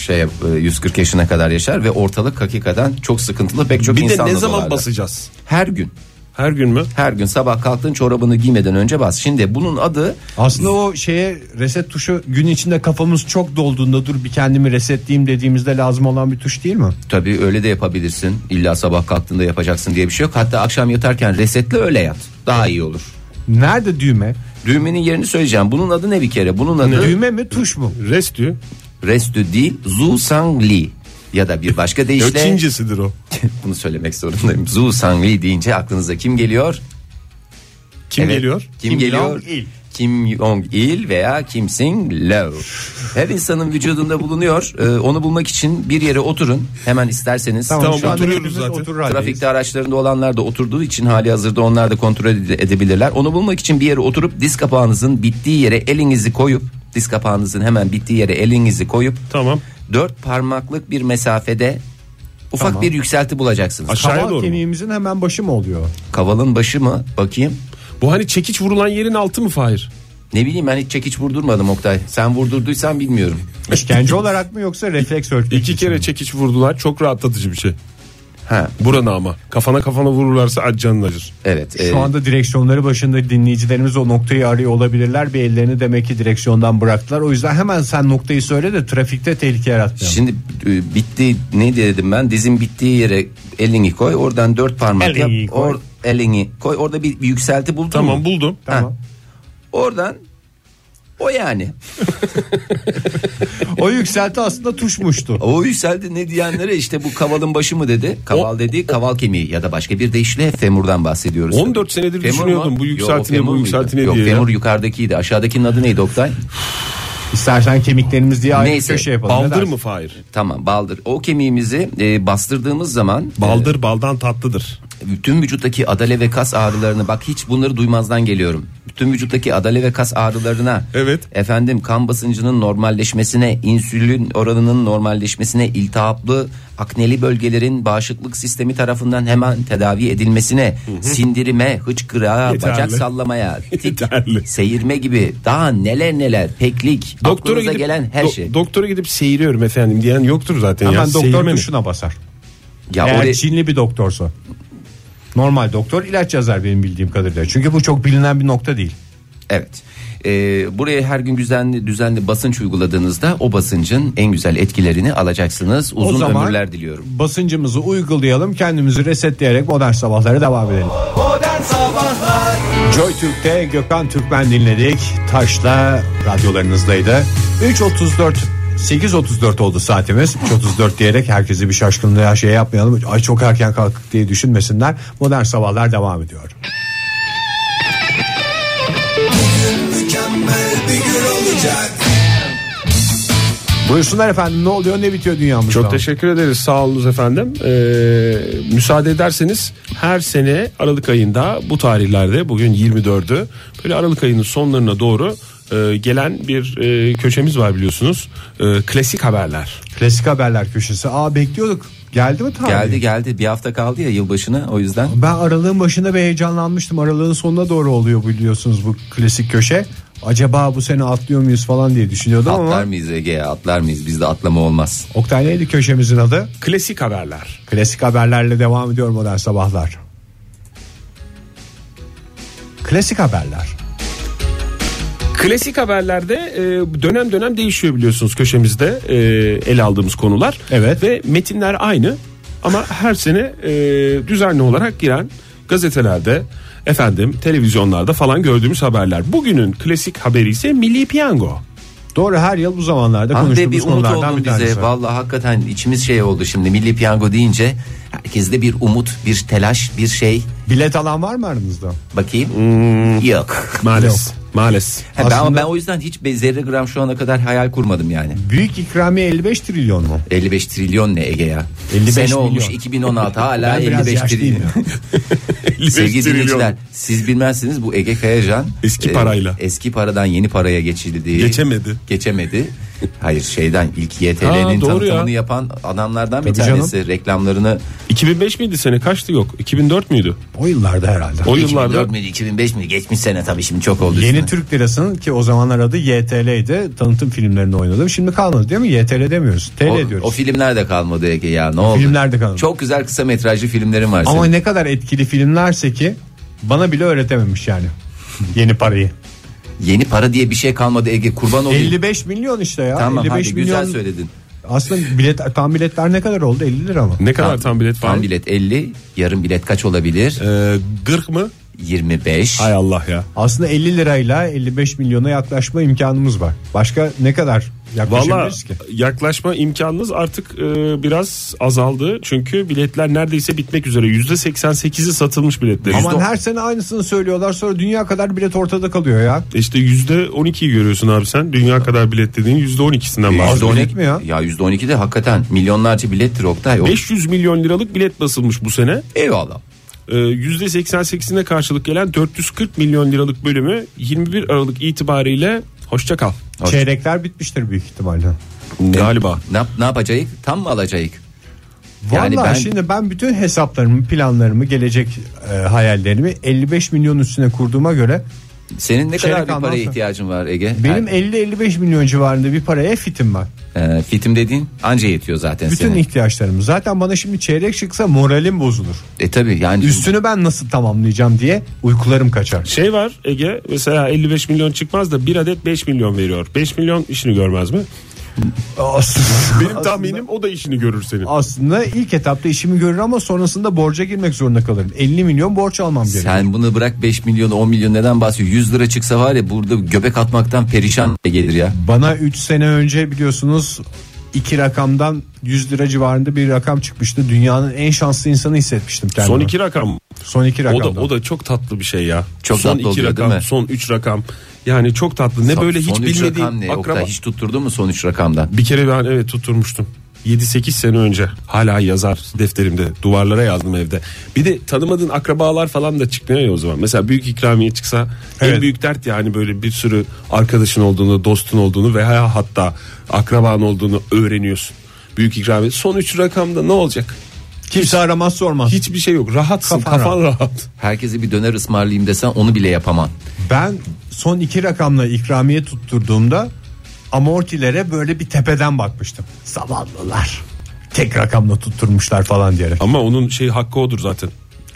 140 yaşına kadar yaşar ve ortalık hakikaten çok sıkıntılı, pek çok Bir de insanla ne zaman dolarlar. basacağız? Her gün. Her gün mü? Her gün sabah kalktın, çorabını giymeden önce bas. Şimdi bunun adı Aslında o şeye reset tuşu gün içinde kafamız çok dolduğunda dur bir kendimi resetleyeyim dediğimizde lazım olan bir tuş değil mi? tabii öyle de yapabilirsin. İlla sabah kalktığında yapacaksın diye bir şey yok. Hatta akşam yatarken resetle, öyle yat. Daha iyi olur. Nerede düğme? Düğmenin yerini söyleyeceğim. Bunun adı ne bir kere? Bunun adı Düğme mi tuş mu? Restü. Restü değil, Zhu Sangli. Ya da bir başka Yok, deyişle Çincesidir o. bunu söylemek zorundayım. Zhu Sangli deyince aklınıza kim geliyor? Kim Evet, geliyor? Kim geliyor? Jong-il. Kim Jong-il veya Kim Sing-lo. Her insanın vücudunda bulunuyor. Onu bulmak için bir yere oturun. Hemen isterseniz. Tamam, şu anda oturuyoruz hepimiz zaten. oturur haldeyiz. Trafikte araçlarında olanlar da oturduğu için hali hazırda onlar da kontrol edebilirler. Onu bulmak için bir yere oturup diz kapağınızın bittiği yere elinizi koyup, diz kapağınızın hemen bittiği yere elinizi koyup Tamam. 4 parmaklık bir mesafede ufak Tamam. bir yükselti bulacaksınız. Aşağıya Kaval doğru mu? kemiğimizin hemen başı mı oluyor? Kavalın başı mı? Bakayım. Bu hani çekiç vurulan yerin altı mı Fahir? Ne bileyim, ben hiç çekiç vurdurmadım Oktay. Sen vurdurduysan bilmiyorum. İşkence olarak mı yoksa refleks örtmek 2 için kere mi? çekiç vurdular. Çok rahatlatıcı bir şey. Ha, Burana ama. Kafana vururlarsa canın acır. evet. Şu anda direksiyonları başında dinleyicilerimiz o noktayı arıyor olabilirler. Bir ellerini demek ki direksiyondan bıraktılar. O yüzden hemen sen noktayı söyle de trafikte tehlike yaratmayalım. Şimdi bitti, ne dedim ben, dizin bittiği yere elini koy, oradan 4 parmak yap, Elini koy. elini koy, orada bir yükselti buldun Tamam, mu? buldum. Tamam. Oradan o yani O yükselti aslında tuşmuştu. o yükseldi ne diyenlere işte bu kavalın başı mı dedi, kaval dedi, kaval kemiği ya da başka bir deyişle femurdan bahsediyoruz. 14 senedir Femur düşünüyordum mu? bu Yok, yükselti ne, femur bu muydu? yükselti ne Yok, diye ya. femur yukarıdakiydi, aşağıdakinin adı neydi Oktay? İstersen kemiklerimiz diye ayrı Neyse, köşe yapalım. Ne Baldır dersin? mı Fahir? Tamam, baldır. O kemiğimizi bastırdığımız zaman Baldır baldan tatlıdır. bütün vücuttaki adale ve kas ağrılarını, bak hiç bunları duymazdan geliyorum. Bütün vücuttaki adale ve kas ağrılarına, Evet. efendim kan basıncının normalleşmesine, insülin oranının normalleşmesine, iltihaplı akneli bölgelerin bağışıklık sistemi tarafından hemen tedavi edilmesine, sindirime, hıçkırığa, Yeterli. bacak sallamaya, tik, Yeterli. seyirme gibi daha neler peklik, aklınıza gelen her şey. Doktora gidip seyiriyorum efendim diyen yoktur zaten Hemen ya. doktor Seyirme mi? tuşuna basar. Ya Eğer oraya Çinli bir doktorsa. Normal doktor ilaç yazar benim bildiğim kadarıyla. Çünkü bu çok bilinen bir nokta değil. Evet. Buraya her gün düzenli basınç uyguladığınızda o basıncın en güzel etkilerini alacaksınız. Uzun O zaman ömürler diliyorum. basıncımızı uygulayalım, kendimizi resetleyerek modern sabahlara devam edelim. Modern Sabahlar. Joy Türk'te Gökhan Türkmen dinledik. Taş'la radyolarınızdaydı. 3.34 8.34 oldu saatimiz. 3.34 diyerek herkesi bir şaşkınlığa şey yapmayalım. Ay çok erken kalktık diye düşünmesinler. Modern sabahlar devam ediyor. Mükemmel bir gün olacak. Buyursunlar efendim, ne oluyor ne bitiyor dünyamızda? Çok teşekkür ederiz, sağ olunuz efendim. Müsaade ederseniz her sene Aralık ayında bu tarihlerde, bugün 24'ü, böyle Aralık ayının sonlarına doğru gelen bir köşemiz var biliyorsunuz. Klasik haberler. Klasik haberler köşesi. Bekliyorduk. Geldi mi tarih? Geldi bir hafta kaldı ya yılbaşına, o yüzden. Ben aralığın başında bir heyecanlanmıştım. Aralığın sonuna doğru oluyor biliyorsunuz bu klasik köşe. Acaba bu sene atlıyor muyuz falan diye düşünüyordum ama. Atlar mıyız Ege, atlar mıyız? Bizde atlama olmaz. Oktay, neydi köşemizin adı? Klasik haberler. Klasik haberlerle devam ediyor modern sabahlar. Klasik haberler. Klasik haberlerde dönem dönem değişiyor biliyorsunuz köşemizde ele aldığımız konular. Evet. Ve metinler aynı ama her sene düzenli olarak giren gazetelerde, televizyonlarda falan gördüğümüz haberler. Bugünün klasik haberi ise Milli Piyango. Doğru, her yıl bu zamanlarda Bir konuştuğumuz umut konulardan oldun bir tanesi. bize. Vallahi hakikaten içimiz şey oldu şimdi. Milli Piyango deyince herkeste bir umut, bir telaş, bir şey. Bilet alan var mı aranızda? Bakayım. Yok. Maalesef. Ben o yüzden hiç zerre gram şu ana kadar hayal kurmadım yani. Büyük ikramiye 55 trilyon mu? 55 trilyon ne Ege ya? 55 Sene milyon. olmuş 2016 hala Ben biraz 55 yaşlıyım trilyon. ya. Sevgili trilyon. dinleyiciler, siz bilmezsiniz, bu Ege Kayacan Eski parayla. eski paradan yeni paraya geçemedi. Hayır, şeyden ilk YTL'nin doğru tanıtımını ya. yapan adamlardan bir Tabii tanesi. Reklamlarını 2005 miydi sene, kaçtı, yok 2004 müydü? O yıllarda herhalde. O yıllarda 2004 müydü 2005 mi? Geçmiş sene tabii, şimdi çok oldu. Yeni üstüne. Türk Lirası'nın, ki o zamanlar adı YTL'ydi, tanıtım filmlerinde oynadım. Şimdi kalmadı değil mi? YTL demiyoruz. TL diyoruz. O filmler de kalmadı Ege ya, ne oldu? filmler de kalmadı. Çok güzel kısa metrajlı filmlerim var Ama senin. ne kadar etkili filmlerse ki bana bile öğretememiş yani. Yeni parayı. Yeni para diye bir şey kalmadı Ege, kurban olayım. 55 milyon işte ya. Tamam 55 hadi, milyon. güzel söyledin. Aslında tam biletler ne kadar oldu? 50 lira mı? ne kadar tam bilet var? Tam bilet 50, yarım bilet kaç olabilir? 40 mı? 25. Hay Allah ya. Aslında 50 lirayla 55 milyona yaklaşma imkanımız var. Başka ne kadar Valla yaklaşabiliriz ki? yaklaşma imkanınız artık biraz azaldı. Çünkü biletler neredeyse bitmek üzere. %88'i satılmış biletler. Aman her sene aynısını söylüyorlar, sonra dünya kadar bilet ortada kalıyor ya. İşte %12'yi görüyorsun abi sen. Dünya kadar bilet dediğin %12'sinden bahsediyorsun. bilet mi ya? Ya %12 de hakikaten milyonlarca bilettir Oktay. 500 milyon liralık bilet basılmış bu sene. Eyvallah. %88'ine karşılık gelen 440 milyon liralık bölümü 21 Aralık itibariyle hoşça kal. Çeyrekler bitmiştir büyük ihtimalle. Galiba. Ne yapacağız? Tam mı alacağız? Vallahi Yani şimdi ben bütün hesaplarımı, planlarımı, gelecek hayallerimi 55 milyon üstüne kurduğuma göre Senin ne Çeyrek kadar bir almazsa. paraya ihtiyacın var Ege? benim 50-55 milyon civarında bir paraya fitim var. Fitim dediğin anca yetiyor zaten Bütün senin. ihtiyaçlarım. Zaten bana şimdi çeyrek çıksa moralim bozulur. Tabii yani. Üstünü ben nasıl tamamlayacağım diye uykularım kaçar. Şey var Ege, mesela 55 milyon çıkmaz da bir adet 5 milyon veriyor. 5 milyon işini görmez mi? Benim tahminim o da işini görür senin. Aslında ilk etapta işimi görür ama sonrasında borca girmek zorunda kalırım. 50 milyon borç almam gerekiyor. Sen bunu bırak, 5 milyon 10 milyon neden bahsediyor? 100 lira çıksa var ya, burada göbek atmaktan perişan gelir ya. Bana 3 sene önce biliyorsunuz 2 rakamdan 100 lira civarında bir rakam çıkmıştı. Dünyanın en şanslı insanı hissetmiştim kendimi. Son 2 rakam. Son 2 rakamdan. O da çok tatlı bir şey ya. Çok son tatlı 2 oluyor, rakam, değil mi? son 3 rakam. Yani çok tatlı. Ne böyle hiç son 3 rakam bilmediğin ne akraba. Oktay, hiç tutturdun mu son 3 rakamdan? Bir kere ben evet tutturmuştum. 7-8 sene önce, hala yazar defterimde, duvarlara yazdım evde. Bir de tanımadığın akrabalar falan da çıkmıyor ya o zaman. Mesela büyük ikramiye çıksa Evet. en büyük dert yani, böyle bir sürü arkadaşın olduğunu, dostun olduğunu veya hatta akraban olduğunu öğreniyorsun. Büyük ikramiye son 3 rakamda ne olacak? Kimse aramaz sormaz. Hiçbir şey yok, rahatsın, Kafan kafan rahat. Herkese bir döner ısmarlayayım desen onu bile yapamam. Ben son 2 rakamla ikramiye tutturduğumda amortilere böyle bir tepeden bakmıştım. Zavallılar. Tek rakamla tutturmuşlar falan diyerek. Ama onun hakkı odur zaten.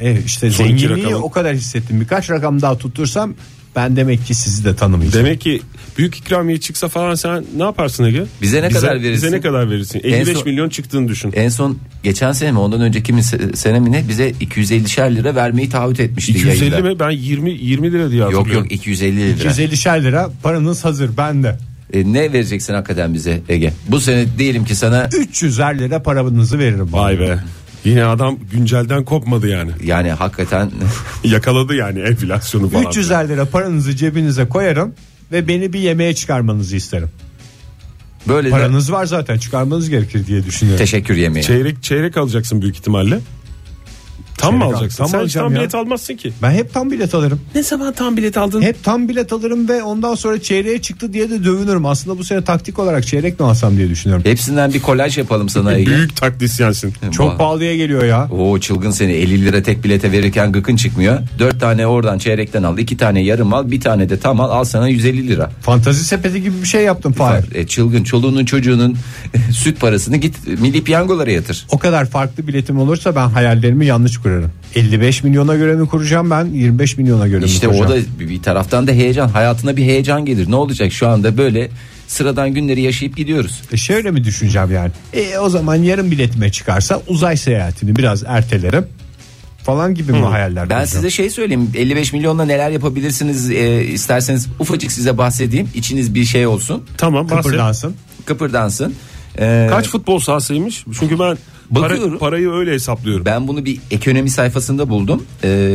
İşte Son iki zenginliği rakamın. o kadar hissettim. Birkaç rakam daha tuttursam ben demek ki sizi de tanımayacağım. Demek ki büyük ikramiye çıksa falan sen ne yaparsın Ege? Bize ne kadar verirsin? Bize ne kadar verirsin? 55 milyon çıktığını düşün. En son geçen sene mi ondan önceki sene mi ne bize 250'şer lira vermeyi taahhüt etmişti 250 yayında. mi? Ben 20 lira diye hatırlıyorum. Yok 250 lira. 250'şer lira paranız hazır bende. Ne vereceksin hakikaten bize Ege? Bu sene diyelim ki sana 300'er lira paranızı veririm. Vay be. Yine adam güncelden kopmadı yani. yani hakikaten Yakaladı yani enflasyonu falan. 300'er lira paranızı cebinize koyarım ve beni bir yemeğe çıkarmanızı isterim. böyle de Paranız var zaten, çıkarmanız gerekir diye düşünüyorum. teşekkür yemeği. Çeyrek alacaksın büyük ihtimalle. Tam mı Çeyrek alacaksın? tam Sen alacağım tam ya. bilet almazsın ki. Ben hep tam bilet alırım. Ne zaman tam bilet aldın? Hep tam bilet alırım ve ondan sonra çeyreğe çıktı diye de dövünürüm. Aslında bu sene taktik olarak çeyrek mi alsam diye düşünüyorum. Hepsinden bir kolaj yapalım sana Ege. Büyük taktisyensin. Çok pahalıya geliyor ya. O çılgın seni 50 lira tek bilete verirken gıkın çıkmıyor. 4 tane oradan çeyrekten al, 2 tane yarım al, bir tane de tam al sana 150 lira. Fantazi sepeti gibi bir şey yaptım Fahir. Çılgın çoluğunun çocuğunun süt parasını git milli piyangolara yatır. O kadar farklı biletim olursa ben hayallerimi yanlış kurarım. 55 milyona göre mi kuracağım ben, 25 milyona göre mi İşte kuracağım? o da bir taraftan da heyecan, hayatına bir heyecan gelir. Ne olacak şu anda böyle sıradan günleri yaşayıp gidiyoruz. Şöyle mi düşüneceğim yani? O zaman yarın biletime çıkarsa uzay seyahatini biraz ertelerim falan gibi mi hayaller Ben kuracağım? size şey söyleyeyim, 55 milyonla neler yapabilirsiniz isterseniz ufacık size bahsedeyim. İçiniz bir şey olsun, Tamam bahset. Kıpırdansın. kıpırdansın. Kaç futbol sahasıymış? Çünkü ben Bakıyorum. parayı öyle hesaplıyorum. Ben bunu bir ekonomi sayfasında buldum.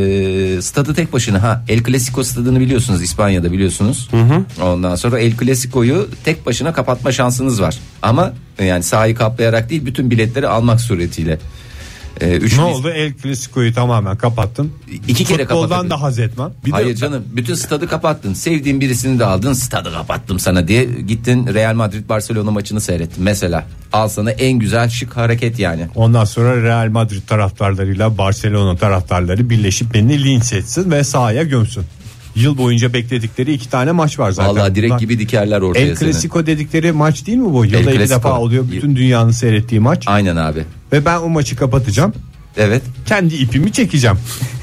Stadı tek başına El Clasico stadını biliyorsunuz, İspanya'da biliyorsunuz. Ondan sonra El Clasico'yu tek başına kapatma şansınız var. Ama yani sahayı kaplayarak değil, bütün biletleri almak suretiyle. Ne oldu? El Clasico'yu tamamen kapattın. 2 kere Futboldan kapatabilir. da haz etmem. Hayır canım, bütün stadı kapattın. Sevdiğin birisini de aldın, stadı kapattım sana diye gittin Real Madrid Barcelona maçını seyrettin mesela. Al sana en güzel şık hareket yani. Ondan sonra Real Madrid taraftarlarıyla Barcelona taraftarları birleşip beni linç etsin ve sahaya gömsün. Yıl boyunca bekledikleri 2 tane maç var zaten. Vallahi direkt Bunlar- gibi dikerler ortaya El seni. Clasico dedikleri maç değil mi bu? Yılda 2 Clasico. defa oluyor. Bütün dünyanın seyrettiği maç. Aynen abi. Ve ben o maçı kapatacağım. Evet. Kendi ipimi çekeceğim.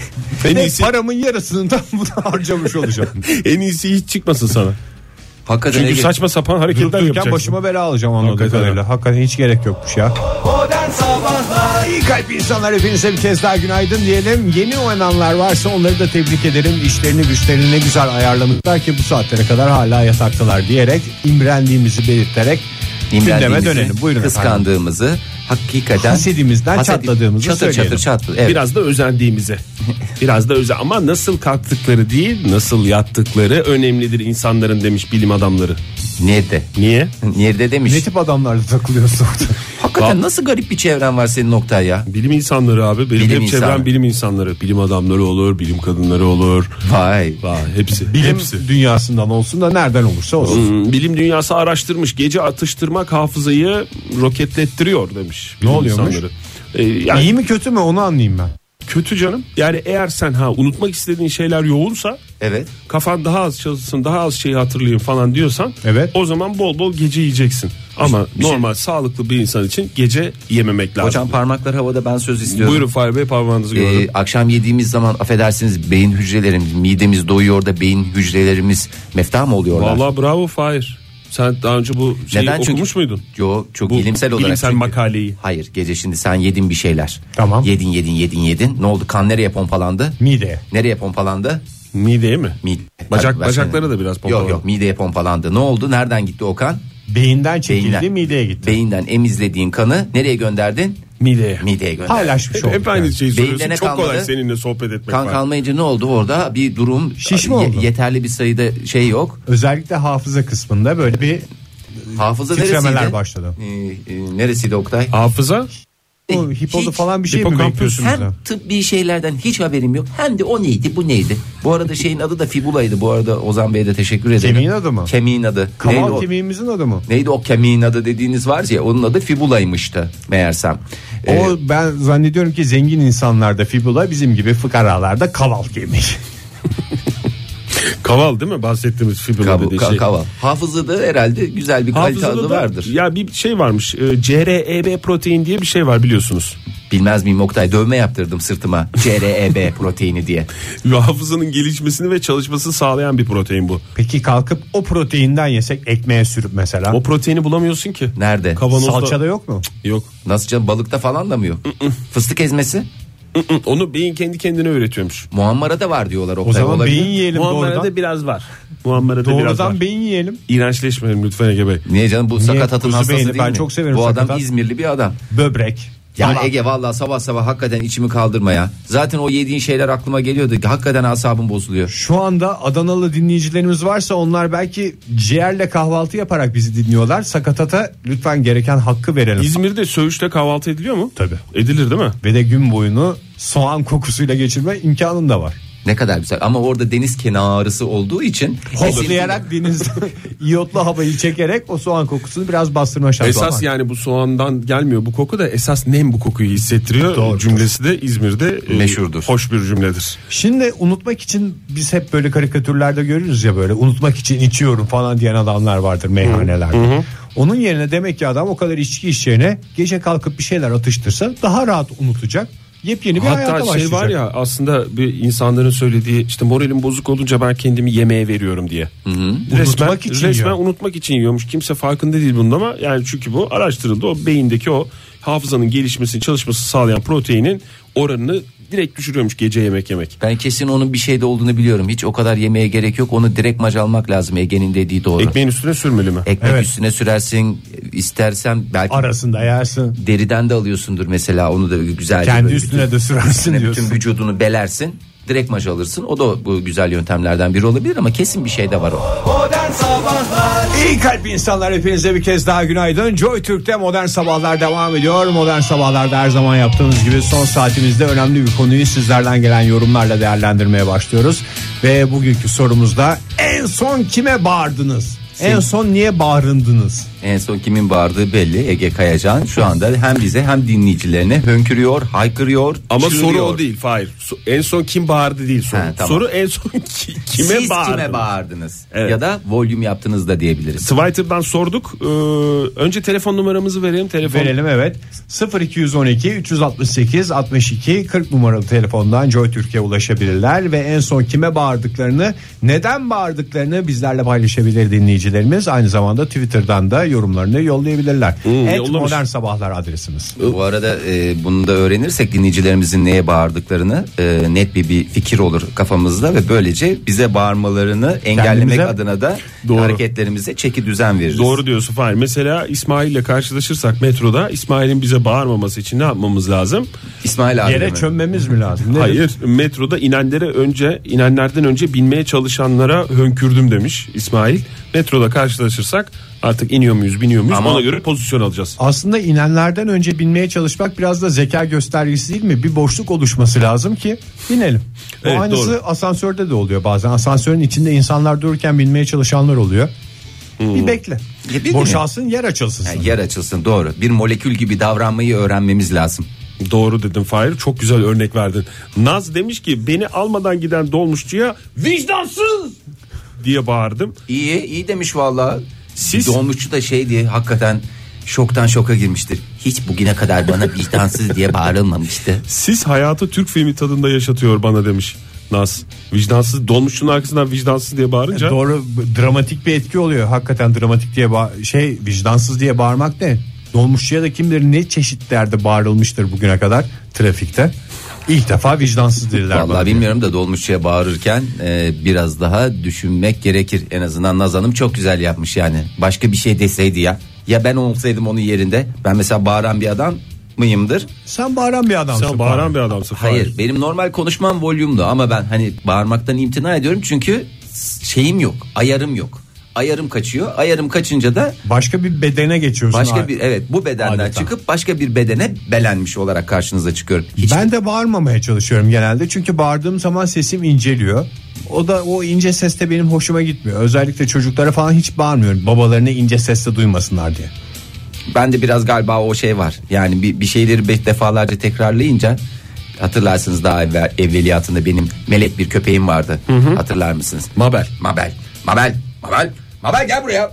En Ve iyisi- paramın yarısını da buna harcamış olacağım. En iyisi hiç çıkmasın sana. Hakikaten Çünkü Ege- saçma sapan hareketler Dururken yapacaksın. başıma bela alacağım anladığım Hakikaten. kadarıyla. Hakikaten hiç gerek yokmuş ya. Modern Sabahlar. İyi kalp insanlar, hepinize bir kez daha günaydın diyelim. Yeni uyananlar varsa onları da tebrik ederim. İşlerini güçlerini ne güzel ayarlamışlar ki bu saatlere kadar hala yataktalar diyerek imrendiğimizi belirterek gündeme İmrendiğimizi, dönelim. Buyurun efendim. kıskandığımızı, hakikaten Hasedimizden çatladığımızı çatır söyleyelim. çatır çatır. Evet. Biraz da özendiğimize. Biraz da ama nasıl kalktıkları değil, nasıl yattıkları önemlidir insanların demiş bilim adamları. Nerede? Niye? Nerede demiş. Ne tip adamlarla takılıyorsun? Hakikaten nasıl garip bir çevren var senin Oktay ya. Bilim insanları abi. Benim Bilim hep çevrem insanı. bilim insanları. Bilim adamları olur, bilim kadınları olur. Vay. Vay, hepsi. Bilim hepsi. dünyasından olsun da nereden olursa olsun. Bilim dünyası araştırmış. Gece atıştırmak hafızayı roketlettiriyor demiş. Ne bilim oluyormuş? insanları. Yani İyi mi kötü mü onu anlayayım ben. kötü canım. Yani eğer sen unutmak istediğin şeyler yoğunsa, Evet. kafan daha az çalışsın, daha az şeyi hatırlayayım falan diyorsan, Evet. o zaman bol bol gece yiyeceksin. Ama normal sağlıklı bir insan için gece yememek lazım. Hocam parmaklar havada, ben söz istiyorum. Buyurun Fahri Bey, parmağınızı görelim. Akşam yediğimiz zaman affedersiniz beyin hücrelerimiz, midemiz doyuyor da beyin hücrelerimiz mefta mı oluyorlar? Vallahi bravo Fahir. Sen daha önce bu şeyi Neden? okumuş Çünkü- muydun? Yok, çok Bu bilimsel olarak. bilimsel çünkü. makaleyi. Hayır, gece şimdi sen yedin bir şeyler. Tamam. Yedin. Ne oldu? Kan nereye pompalandı? Mideye. Nereye pompalandı? Mideye mi? Tabii, Bacakları da biraz pompalandı. Yok mideye pompalandı. Ne oldu? Nereden gitti o kan? Beyinden çekildi, Beyinden. mideye gitti. Beyinden emizlediğin kanı nereye gönderdin? Mideye. Mideye gönderdin. Paylaşmış olduk. Hep aynı yani. şeyi Beyinde soruyorsun. ne Çok kolay kalmadı? seninle sohbet etmek Kan var. kalmayınca ne oldu orada? Bir durum, Şiş mi oldu? yeterli bir sayıda şey yok. Özellikle hafıza kısmında böyle bir Hafıza titremeler neresiydi? başladı. Neresiydi Oktay? Hafıza? O hipoda Hiç- falan bir şey mi Hipokampüs. bekliyorsunuz? Hem da? tıbbi şeylerden hiç haberim yok. Hem de o neydi bu neydi? Bu arada şeyin adı da fibulaydı. Bu arada Ozan Bey'e de teşekkür ederim. Kemiğin adı mı? Kemiğin adı. Neydi Kaval o? kemiğimizin adı mı? Neydi o kemiğin adı dediğiniz var ya, onun adı fibulaymıştı meğersem. O ben zannediyorum ki zengin insanlarda fibula, bizim gibi fıkaralarda kaval kemiği. Kaval değil mi bahsettiğimiz fibrola dediği şey. Kaval. Hafızada herhalde güzel bir kalite adı vardır. Ya bir şey varmış. CREB protein diye bir şey var biliyorsunuz. Bilmez miyim Oktay, dövme yaptırdım sırtıma CREB proteini diye. Hafızanın gelişmesini ve çalışmasını sağlayan bir protein bu. Peki kalkıp o proteinden yesek ekmeğe sürüp mesela. O proteini bulamıyorsun ki. Nerede? Kavanozda... Salçada yok mu? Yok. Nasıl canım, balıkta falan da mı yok? Fıstık ezmesi? Onu beyin kendi kendine üretiyormuş. Muammara'da var diyorlar Oktay. O zaman olabilir. beyin yiyelim Muammara'da doğrudan. biraz var. Muammara'da biraz var. Doğrudan beyin yiyelim. İğrençleşmeyelim lütfen Ege Bey. Niye canım, bu sakatatın Kuzu hastası beyni, değil ben mi? çok severim bu adam sakatat. İzmirli bir adam. Böbrek. Yani Falan. Ege vallahi sabah sabah hakikaten içimi kaldırma ya. Zaten o yediğin şeyler aklıma geliyordu. Hakikaten asabım bozuluyor. Şu anda Adanalı dinleyicilerimiz varsa onlar belki ciğerle kahvaltı yaparak bizi dinliyorlar. Sakatata lütfen gereken hakkı verelim. İzmir'de söğüşle kahvaltı ediliyor mu? Tabii. Edilir değil mi? Ve de gün boyunu soğan kokusuyla geçirme imkanın da var. Ne kadar güzel ama orada deniz kenarısı olduğu için Hoplayarak denizde iyotlu havayı çekerek o soğan kokusunu biraz bastırma şansı Esas var. yani bu soğandan gelmiyor bu koku da, esas nem bu kokuyu hissettiriyor. Doğru. Cümlesi de İzmir'de Meşhurdur. Hoş bir cümledir. Şimdi unutmak için biz hep böyle karikatürlerde görürüz ya, böyle unutmak için içiyorum falan diyen adamlar vardır meyhanelerde. Onun yerine demek ki adam o kadar içki içeceğine gece kalkıp bir şeyler atıştırsa daha rahat unutacak. Yepyeni bir hayata Hatta başlayacak. şey var ya, aslında bir insanların söylediği, işte moralim bozuk olunca ben kendimi yemeğe veriyorum diye. Unutmak için resmen yiyor. unutmak için yiyormuş. Kimse farkında değil bunun ama yani çünkü bu araştırıldı. O beyindeki o hafızanın gelişmesini, çalışmasını sağlayan proteinin oranını direkt düşürüyormuş gece yemek yemek. ben kesin onun bir şeyde olduğunu biliyorum. Hiç o kadar yemeye gerek yok. Onu direkt maç almak lazım. Ege'nin dediği doğru. Ekmeğin üstüne sürmeli mi? Ekmek Evet. üstüne sürersin, istersen belki Arasında yersin. deriden de alıyorsundur mesela, onu da güzel. Kendi üstüne de sürersin üstüne diyorsun. bütün vücudunu belersin. Direkt maç alırsın. O da bu güzel yöntemlerden biri olabilir ama kesin bir şey de var o. Modern Sabahlar. İyi kalp insanlar, hepinize bir kez daha günaydın. Joy Türk'te Modern Sabahlar devam ediyor. Modern Sabahlar'da her zaman yaptığımız gibi son saatimizde önemli bir konuyu sizlerden gelen yorumlarla değerlendirmeye başlıyoruz. Ve bugünkü sorumuzda en son kime bağırdınız? En son niye bağırındınız? En son kimin bağırdığı belli. Ege Kayacan şu anda hem bize hem dinleyicilerine hönkürüyor, haykırıyor. Ama soru çığırıyor. o değil. Hayır. En son kim bağırdı değil soru. Ha, tamam. Soru en son kime Siz bağırdı? kime bağırdınız? Evet. Ya da volüm yaptınız da diyebiliriz. Twitter'dan sorduk. Önce telefon numaramızı verelim. Verelim, evet. 0212 368 62 40 numaralı telefondan Joy Türkiye ulaşabilirler ve en son kime bağırdıklarını, neden bağırdıklarını bizlerle paylaşabilir dinleyicilerimiz. Aynı zamanda Twitter'dan da yorumlarını yollayabilirler. yollamış. Modern Sabahlar adresimiz. Bu arada bunu da öğrenirsek dinleyicilerimizin neye bağırdıklarını net bir fikir olur kafamızda ve böylece bize bağırmalarını engellemek Kendimize- adına da Doğru. hareketlerimize çeki düzen veririz. Doğru diyorsun Fahir. Mesela İsmail'le karşılaşırsak metroda, İsmail'in bize bağırmaması için ne yapmamız lazım? İsmail abi Yere mi? çömmemiz mi lazım? Nedir? Hayır, metroda inenlerden önce binmeye çalışanlara hönkürdüm demiş İsmail. Metroda karşılaşırsak artık iniyor muyuz, biniyor muyuz, Ama- ona göre pozisyon alacağız. Aslında inenlerden önce binmeye çalışmak biraz da zeka göstergesi değil mi? Bir boşluk oluşması lazım ki binelim. Bu Evet, aynısı doğru. asansörde de oluyor bazen. Asansörün içinde insanlar dururken binmeye çalışanlar oluyor. Bir bekle. Ya bir Boşalsın, yer açılsın. sana. Yani yer açılsın, doğru. Bir molekül gibi davranmayı öğrenmemiz lazım. Doğru dedin Fahir, çok güzel örnek verdin. Naz demiş ki beni almadan giden dolmuşçuya vicdansız diye bağırdım. İyi demiş vallahi. Siz- Dolmuşçu da şey diye hakikaten şoktan şoka girmiştir. Hiç bugüne kadar bana vicdansız diye bağırılmamıştı. Siz hayatı Türk filmi tadında yaşatıyor bana demiş Naz. Vicdansız, dolmuşçunun arkasından vicdansız diye bağırınca. Doğru, dramatik bir etki oluyor. Hakikaten dramatik diye vicdansız diye bağırmak ne? Dolmuşçuya da kim bilir ne çeşitlerde bağırılmıştır bugüne kadar trafikte. İlk defa vicdansız dediler. Vallahi bana. bilmiyorum da dolmuşçuya bağırırken biraz daha düşünmek gerekir. En azından Naz Hanım çok güzel yapmış yani. Başka bir şey deseydi ya. Ya ben olsaydım onun yerinde. Ben mesela bağıran bir adam mıyımdır? Sen bağıran bir adamsın. Sen bağıran bir adamsın Fahir. Hayır, benim normal konuşmam volümlü ama ben hani bağırmaktan imtina ediyorum çünkü şeyim yok, ayarım yok. Ayarım kaçıyor. Ayarım kaçınca da Başka bir bedene geçiyorsun. başka bir bu bedenden Adeta. çıkıp başka bir bedene belenmiş olarak karşınıza çıkıyorum. Hiç Ben de bağırmamaya çalışıyorum genelde. Çünkü bağırdığım zaman sesim inceliyor. O ince ses de benim hoşuma gitmiyor. Özellikle çocuklara falan hiç bağırmıyorum. Babalarını ince sesle duymasınlar diye. ben de biraz galiba o şey var. Yani bir şeyleri defalarca tekrarlayınca Hatırlarsınız daha evveliyatında benim melek bir köpeğim vardı. Hatırlar mısınız? Mabel gel buraya.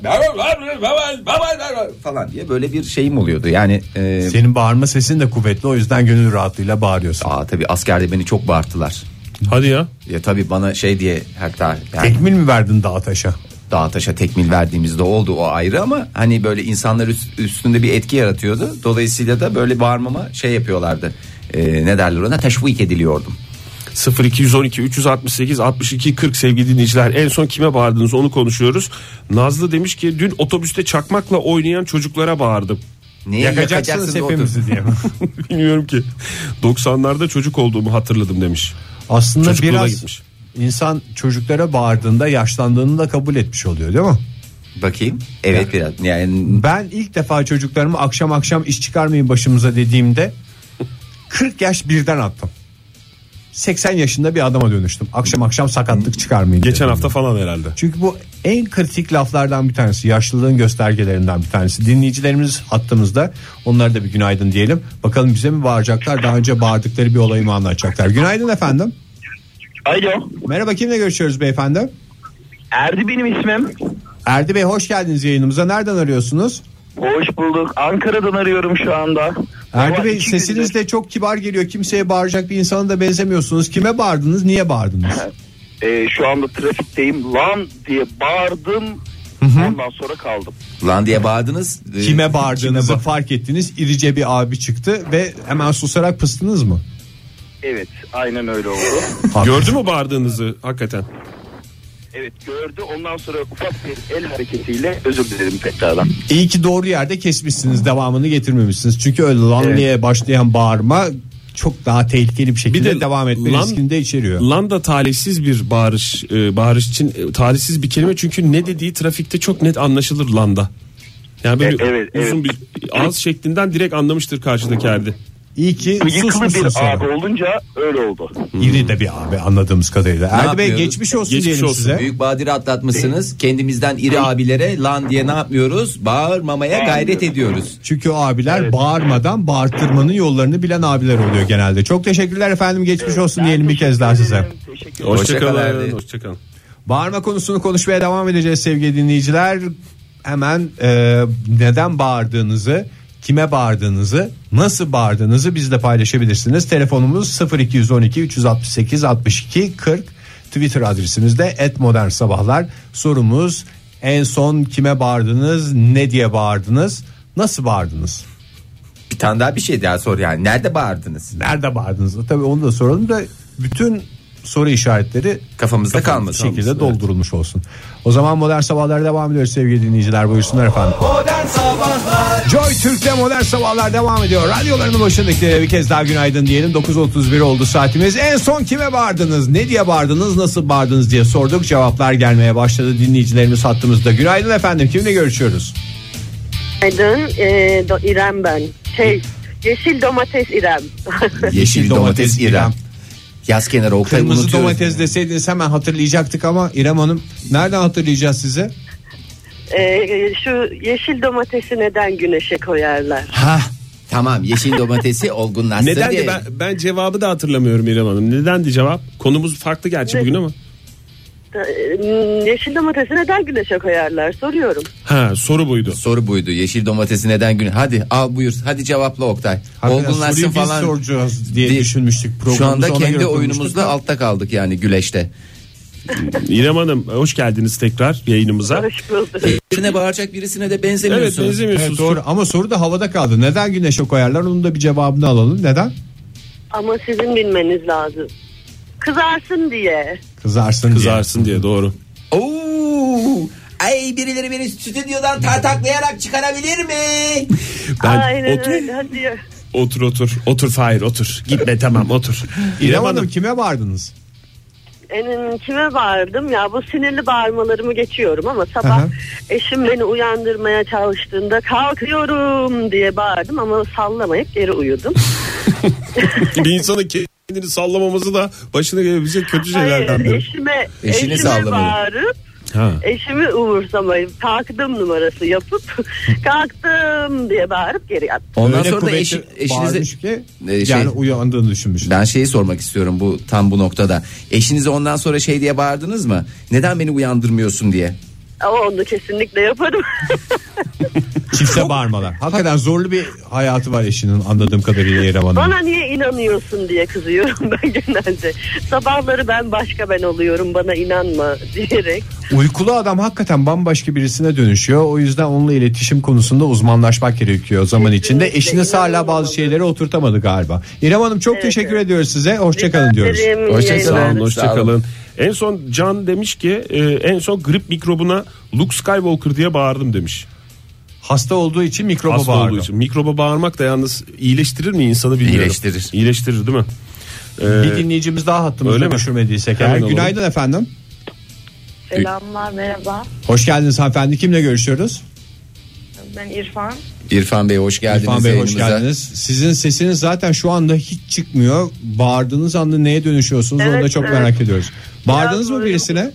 Mabel falan diye böyle bir şeyim oluyordu. Yani Senin bağırma sesin de kuvvetli, o yüzden gönül rahatlığıyla bağırıyorsun. tabii askerde beni çok bağırttılar. Hadi ya. Ya tabii bana şey diye hatta yani Tekmil mi verdin dağa taşa? dağa taşa tekmil verdiğimizde oldu, o ayrı, ama hani böyle insanlar üstünde bir etki yaratıyordu. Dolayısıyla da böyle bağırmama şey yapıyorlardı. Ne derler ona, teşvik ediliyordum. 0212 368 62 40 sevgili dinleyiciler, en son kime bağırdınız onu konuşuyoruz. Nazlı demiş ki dün otobüste çakmakla oynayan çocuklara bağırdım. Niye Yakacaksınız hepimizi diye mi? Bilmiyorum ki. 90'larda çocuk olduğumu hatırladım demiş. Aslında Çocukluğuna biraz gitmiş. insan çocuklara bağırdığında yaşlandığını da kabul etmiş oluyor, değil mi? Bakayım. Evet biraz. Yani Ben ilk defa çocuklarımı akşam iş çıkarmayın başımıza dediğimde 40 yaş birden attım. 80 yaşında bir adama dönüştüm. Akşam sakatlık çıkarmayın. Geçen dedim. hafta falan herhalde. Çünkü bu en kritik laflardan bir tanesi. Yaşlılığın göstergelerinden bir tanesi. Dinleyicilerimiz hattımızda. Onlara da bir günaydın diyelim. Bakalım bize mi bağıracaklar, daha önce bağırdıkları bir olayı mı anlatacaklar. Günaydın efendim. Alo. Merhaba, kimle görüşüyoruz beyefendi? Erdi benim ismim. Erdi Bey, hoş geldiniz yayınımıza. Nereden arıyorsunuz? Hoş bulduk. Ankara'dan arıyorum şu anda. Erdi Ama Bey, 2 sesiniz de çok kibar geliyor. Kimseye bağıracak bir insana da benzemiyorsunuz. Kime bağırdınız? Niye bağırdınız? Şu anda trafikteyim. Lan diye bağırdım. Ondan sonra kaldım. lan diye bağırdınız. Kime bağırdığınızı fark ettiniz. İrice bir abi çıktı ve hemen susarak pıstınız mı? Evet, aynen öyle oldu. Gördü mü bağırdığınızı hakikaten? Evet, gördü. Ondan sonra ufak bir el hareketiyle özür dilerim tekrardan. İyi ki doğru yerde kesmişsiniz, devamını getirmemişsiniz. Çünkü öyle lan diye başlayan bağırma çok daha tehlikeli bir şekilde devam etme riskini de içeriyor. Lan da talihsiz bir bağırış için talihsiz bir kelime, çünkü ne dediği trafikte çok net anlaşılır landa. Yani böyle uzun bir ağız şeklinden direkt anlamıştır karşıdaki Erdi. İyi ki Bıyıklı susmuşsun bir sonra. abi olunca öyle oldu. İri de bir abi anladığımız kadarıyla. Erdi Bey, yapıyoruz? geçmiş olsun Geçmiş diyelim olsun. size. Büyük badire atlatmışsınız. Kendimizden iri abilere lan diye ne yapmıyoruz? Bağırmamaya gayret ediyoruz. Çünkü o abiler bağırmadan bağırtırmanın yollarını bilen abiler oluyor genelde. Çok teşekkürler efendim, geçmiş olsun diyelim bir kez daha size. Teşekkür ederim. Hoşçakalın. Hoşçakalın. Bağırma konusunu konuşmaya devam edeceğiz sevgili dinleyiciler. Hemen neden bağırdığınızı, kime bağırdığınızı, nasıl bağırdığınızı bizle paylaşabilirsiniz. Telefonumuz 0212 368 62 40. Twitter adresimiz de @modernsabahlar. Sorumuz, en son kime bağırdınız, ne diye bağırdınız, nasıl bağırdınız? Bir tane daha bir şey daha sor yani. Nerede bağırdınız? Nerede bağırdınız? Tabii onu da soralım da bütün soru işaretleri Kafamızda kalmasın. şekilde doldurulmuş olsun. O zaman Modern Sabahlar devam ediyor sevgili dinleyiciler, buyursunlar efendim. Modern Sabahlar. Joy Türk'te Modern Sabahlar devam ediyor. Radyolarının başındakilere bir kez daha günaydın diyelim. 9.31 oldu saatimiz. En son kime bağırdınız? Ne diye bağırdınız? Nasıl bağırdınız diye sorduk. Cevaplar gelmeye başladı. Dinleyicilerimiz hattımızda. Günaydın efendim. Kimle görüşüyoruz? Günaydın, İrem ben. Yeşil domates İrem. Yeşil domates İrem. Yaz kenarı Oktay, Kırmızı unutuyoruz. domates deseydiniz hemen hatırlayacaktık ama İrem Hanım, nereden hatırlayacağız sizi? Şu yeşil domatesi neden güneşe koyarlar? Tamam, yeşil domatesi olgunlaşsın Neden diye. de ben cevabı da hatırlamıyorum İrem Hanım. Nedendi cevap? Konumuz farklı gerçi bugün ama. Yeşil domatesi neden güneşe koyarlar soruyorum. Soru buydu. Soru buydu. Yeşil domatesi neden gün? Hadi al buyur. Hadi cevapla Oktay. Hakikaten Olgunlaşsın soruyu biz falan. soracağız diye düşünmüştük. Şu Programımızı anda ona kendi göre oyunumuzda kurmuştuk. altta kaldık yani güleşte. İrem Hanım, hoş geldiniz tekrar yayınımıza. Hoş bulduk. Birine bağıracak birisine de Evet, benzemiyorsun. benzemiyorsunuz. Evet, doğru, ama soru da havada kaldı. Neden güneşe koyarlar? Onun da bir cevabını alalım. Neden? Ama sizin bilmeniz lazım. Kızarsın diye. Kızarsın diye, doğru. Oo! Ay, birileri beni stüdyodan tartaklayarak çıkarabilir mi? Aynen öyle. Hadi. Otur Fahir, otur. Gitme, tamam, otur. İrem Hanım, kime bağırdınız? Kime bağırdım ya, bu sinirli bağırmalarımı geçiyorum ama sabah Aha. eşim beni uyandırmaya çalıştığında kalkıyorum diye bağırdım ama sallamayıp geri uyudum. Bir insanın kendini sallamaması da başına gelebilecek kötü şeylerden biri. Eşime Eşini sallamayın. bağırıp Eşimi umursamayıp kalktım numarası yapıp kalktım diye bağırıp geri yattım. Ondan Öyle sonra da kuvvetli bağırmış ki şey- yani uyandığını düşünmüş. Ben şeyi sormak istiyorum bu tam bu noktada. Eşinize ondan sonra şey diye bağırdınız mı? Neden beni uyandırmıyorsun diye? Ama onu kesinlikle yaparım. Çifte bağırmalar. Hakikaten zorlu bir hayatı var eşinin anladığım kadarıyla İrem Hanım. Bana niye inanıyorsun diye kızıyorum ben genelde. Sabahları ben başka ben oluyorum, bana inanma diyerek. Uykulu adam hakikaten bambaşka birisine dönüşüyor. O yüzden onunla iletişim konusunda uzmanlaşmak gerekiyor zaman içinde. Kesinlikle, Eşiniz hala bazı inanılmaz. şeyleri oturtamadı galiba. İrem Hanım çok teşekkür ediyoruz size. Hoşçakalın diyoruz. Hoşça kalın. Hoşçakalın. En son Can demiş ki en son grip mikrobuna Luke Skywalker diye bağırdım demiş. Hasta olduğu için mikroba Hasta bağırdı. olduğu için. Mikroba bağırmak da yalnız iyileştirir mi insanı bilmiyorum. İyileştirir. İyileştirir değil mi? Bir dinleyicimiz daha Öyle hattımızda mi? düşürmediysek. Hemen eğer. alalım. Günaydın efendim. Selamlar, merhaba. Hoş geldiniz hanımefendi. Kimle görüşüyoruz? Ben İrfan. İrfan Bey hoş geldiniz. İrfan Bey hoş yayınımıza. geldiniz. Sizin sesiniz zaten şu anda hiç çıkmıyor. Bağırdığınız anda neye dönüşüyorsunuz onu da Evet, çok evet. merak ediyoruz. Bağırdınız mı böyle- birisine?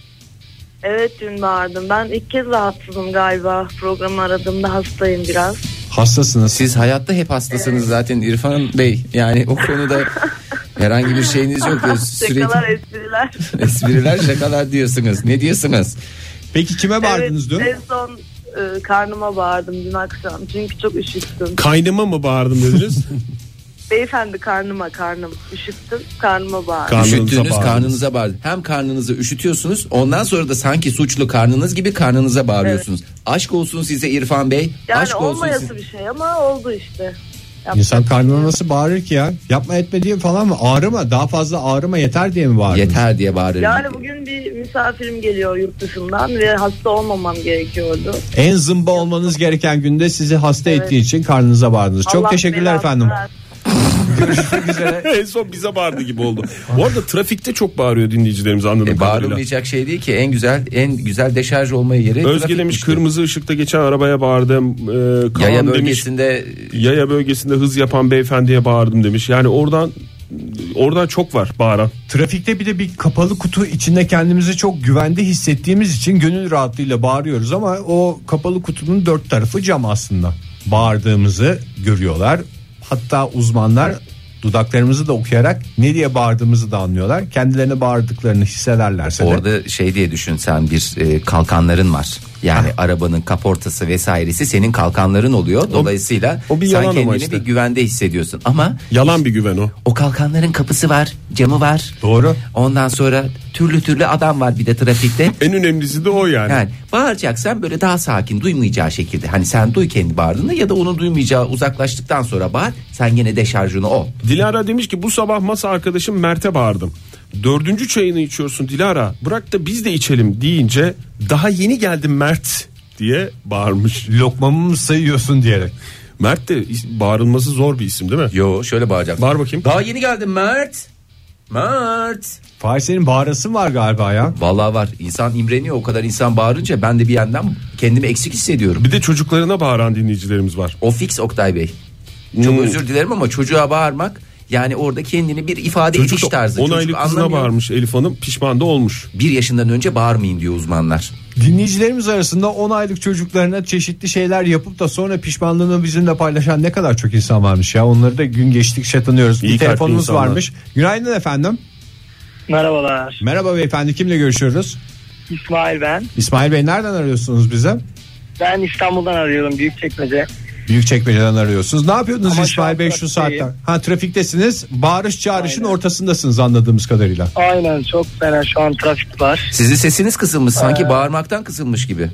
Evet, dün bağırdım. Ben ilk kez rahatsızım galiba. Programı aradığımda hastayım biraz. Hastasınız. Siz hayatta hep hastasınız zaten İrfan Bey. Yani o konuda herhangi bir şeyiniz yok. Şakalar, espriler. Espriler şakalar diyorsunuz. Ne diyorsunuz? Peki kime bağırdınız Evet, dün? en son karnıma bağırdım dün akşam. Çünkü çok üşüttüm. Kaynıma mı bağırdım dediniz? Beyefendi karnım. Üşüttüm, karnıma bağırdım. Karnınıza Üşüttüğünüz bağırdınız. karnınıza bağırdı. Hem karnınızı üşütüyorsunuz ondan sonra da sanki suçlu karnınız gibi karnınıza bağırıyorsunuz. Aşk olsun size İrfan Bey. Yani Aşk olsun olmayası size. bir şey ama oldu işte. Yapacak İnsan bir şey karnına yok. nasıl bağırır ki ya? Yapma etme diye falan mı? Ağrıma, daha fazla ağrıma yeter diye mi bağırdınız? Yeter diye bağırır. Yani bugün bir misafirim geliyor yurt dışından ve hasta olmamam gerekiyordu. En zımba olmanız gereken günde sizi hasta ettiği için karnınıza bağırdınız. Çok Allah teşekkürler belanı efendim. versin. Görüşmek üzere. En son bize bağırdı gibi oldu. Bu arada trafikte çok bağırıyor dinleyicilerimiz anladığım kadarıyla. Bağırılmayacak şey değil ki en güzel deşarj olma yeri. Özge trafik demiş işte. kırmızı ışıkta geçen arabaya bağırdım. Kaan Yaya demiş bölgesinde yaya bölgesinde hız yapan beyefendiye bağırdım demiş. Yani oradan çok var bağıran. Trafikte bir de bir kapalı kutu içinde kendimizi çok güvende hissettiğimiz için gönül rahatlığıyla bağırıyoruz ama o kapalı kutunun dört tarafı cam aslında. Bağırdığımızı görüyorlar. Hatta uzmanlar dudaklarımızı da okuyarak ne diye bağırdığımızı da anlıyorlar. Kendilerine bağırdıklarını hissederlerse de. orada şey diye düşün sen bir kalkanların var. Yani arabanın kaportası vesairesi senin kalkanların oluyor. Dolayısıyla o bir sen yalan ama kendini işte. bir güvende hissediyorsun. Ama Yalan bir güven o. o kalkanların kapısı var, camı var. Doğru. Ondan sonra türlü adam var bir de trafikte. En önemlisi de o yani. Yani bağıracaksan böyle daha sakin, duymayacağı şekilde. Hani sen duy kendi bağırdığını ya da onun duymayacağı uzaklaştıktan sonra bağır. Sen gene deşarjını ol. Dilara demiş ki bu sabah masa arkadaşım Mert'e bağırdım. 4. çayını içiyorsun Dilara, bırak da biz de içelim deyince daha yeni geldim Mert diye bağırmış. Lokmamı mı sayıyorsun diyerek. Mert de bağırılması zor bir isim değil mi? Yo şöyle bağıracaksın. Bağır bakayım. Daha yeni geldim Mert. Mert. Fahir senin bağırasın var galiba ya. Vallahi var. İnsan imreniyor, o kadar insan bağırınca ben de bir yandan kendimi eksik hissediyorum. Bir de çocuklarına bağıran dinleyicilerimiz var. O fix Oktay Bey. Çok özür dilerim ama çocuğa bağırmak yani orada kendini bir ifade ediş Çocuk tarzı. 10 Çocuk aylık kızına anlamıyor. bağırmış Elif Hanım, pişman da olmuş. 1 yaşından önce bağırmayın diyor uzmanlar. Dinleyicilerimiz arasında 10 aylık çocuklarına çeşitli şeyler yapıp da sonra pişmanlığını bizimle paylaşan ne kadar çok insan varmış ya. Onları da gün geçtikçe tanıyoruz. İyi Bir kalpli telefonumuz insanlar. varmış. Günaydın efendim. Merhabalar. Merhaba beyefendi, kimle görüşüyoruz? İsmail ben. İsmail Bey nereden arıyorsunuz bize? Ben İstanbul'dan arıyorum, Büyükçekmece. Büyükçekmece'den arıyorsunuz. Ne yapıyordunuz Ama İsmail şu Bey an şu trafikteyim. saatte? Ha, trafiktesiniz. Bağırış çağrışın Aynen. ortasındasınız anladığımız kadarıyla. Aynen, çok fena şu an trafik var. Sizin sesiniz kısılmış sanki bağırmaktan kısılmış gibi.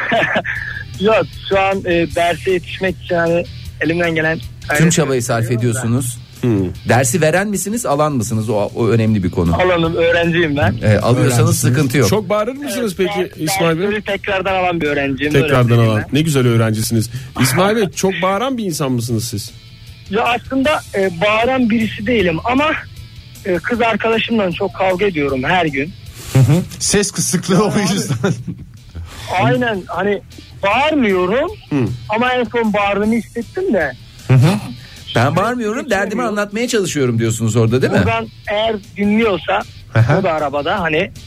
Yok, şu an derse yetişmek için hani elimden gelen Tüm çabayı sarf ediyorsunuz. Dersi veren misiniz, alan mısınız? O önemli bir konu. Alanım, öğrenciyim ben. Alıyorsanız Öğrencisiniz. sıkıntı yok. Çok bağırır mısınız peki İsmail Bey? Dersleri tekrardan alan bir öğrenciyim. Tekrardan öğrenciyim alan. Ne güzel öğrencisiniz. İsmail Bey çok bağıran bir insan mısınız siz? ben. Ya aslında bağıran birisi değilim ama kız arkadaşımla çok kavga ediyorum her gün. Ses kısıklığı o yüzden. Aynen, hani bağırmıyorum ama en son bağırdığımı hissettim de. Ben bağırmıyorum, derdimi anlatmaya çalışıyorum diyorsunuz orada değil mi? Buradan eğer dinliyorsa o da arabada hani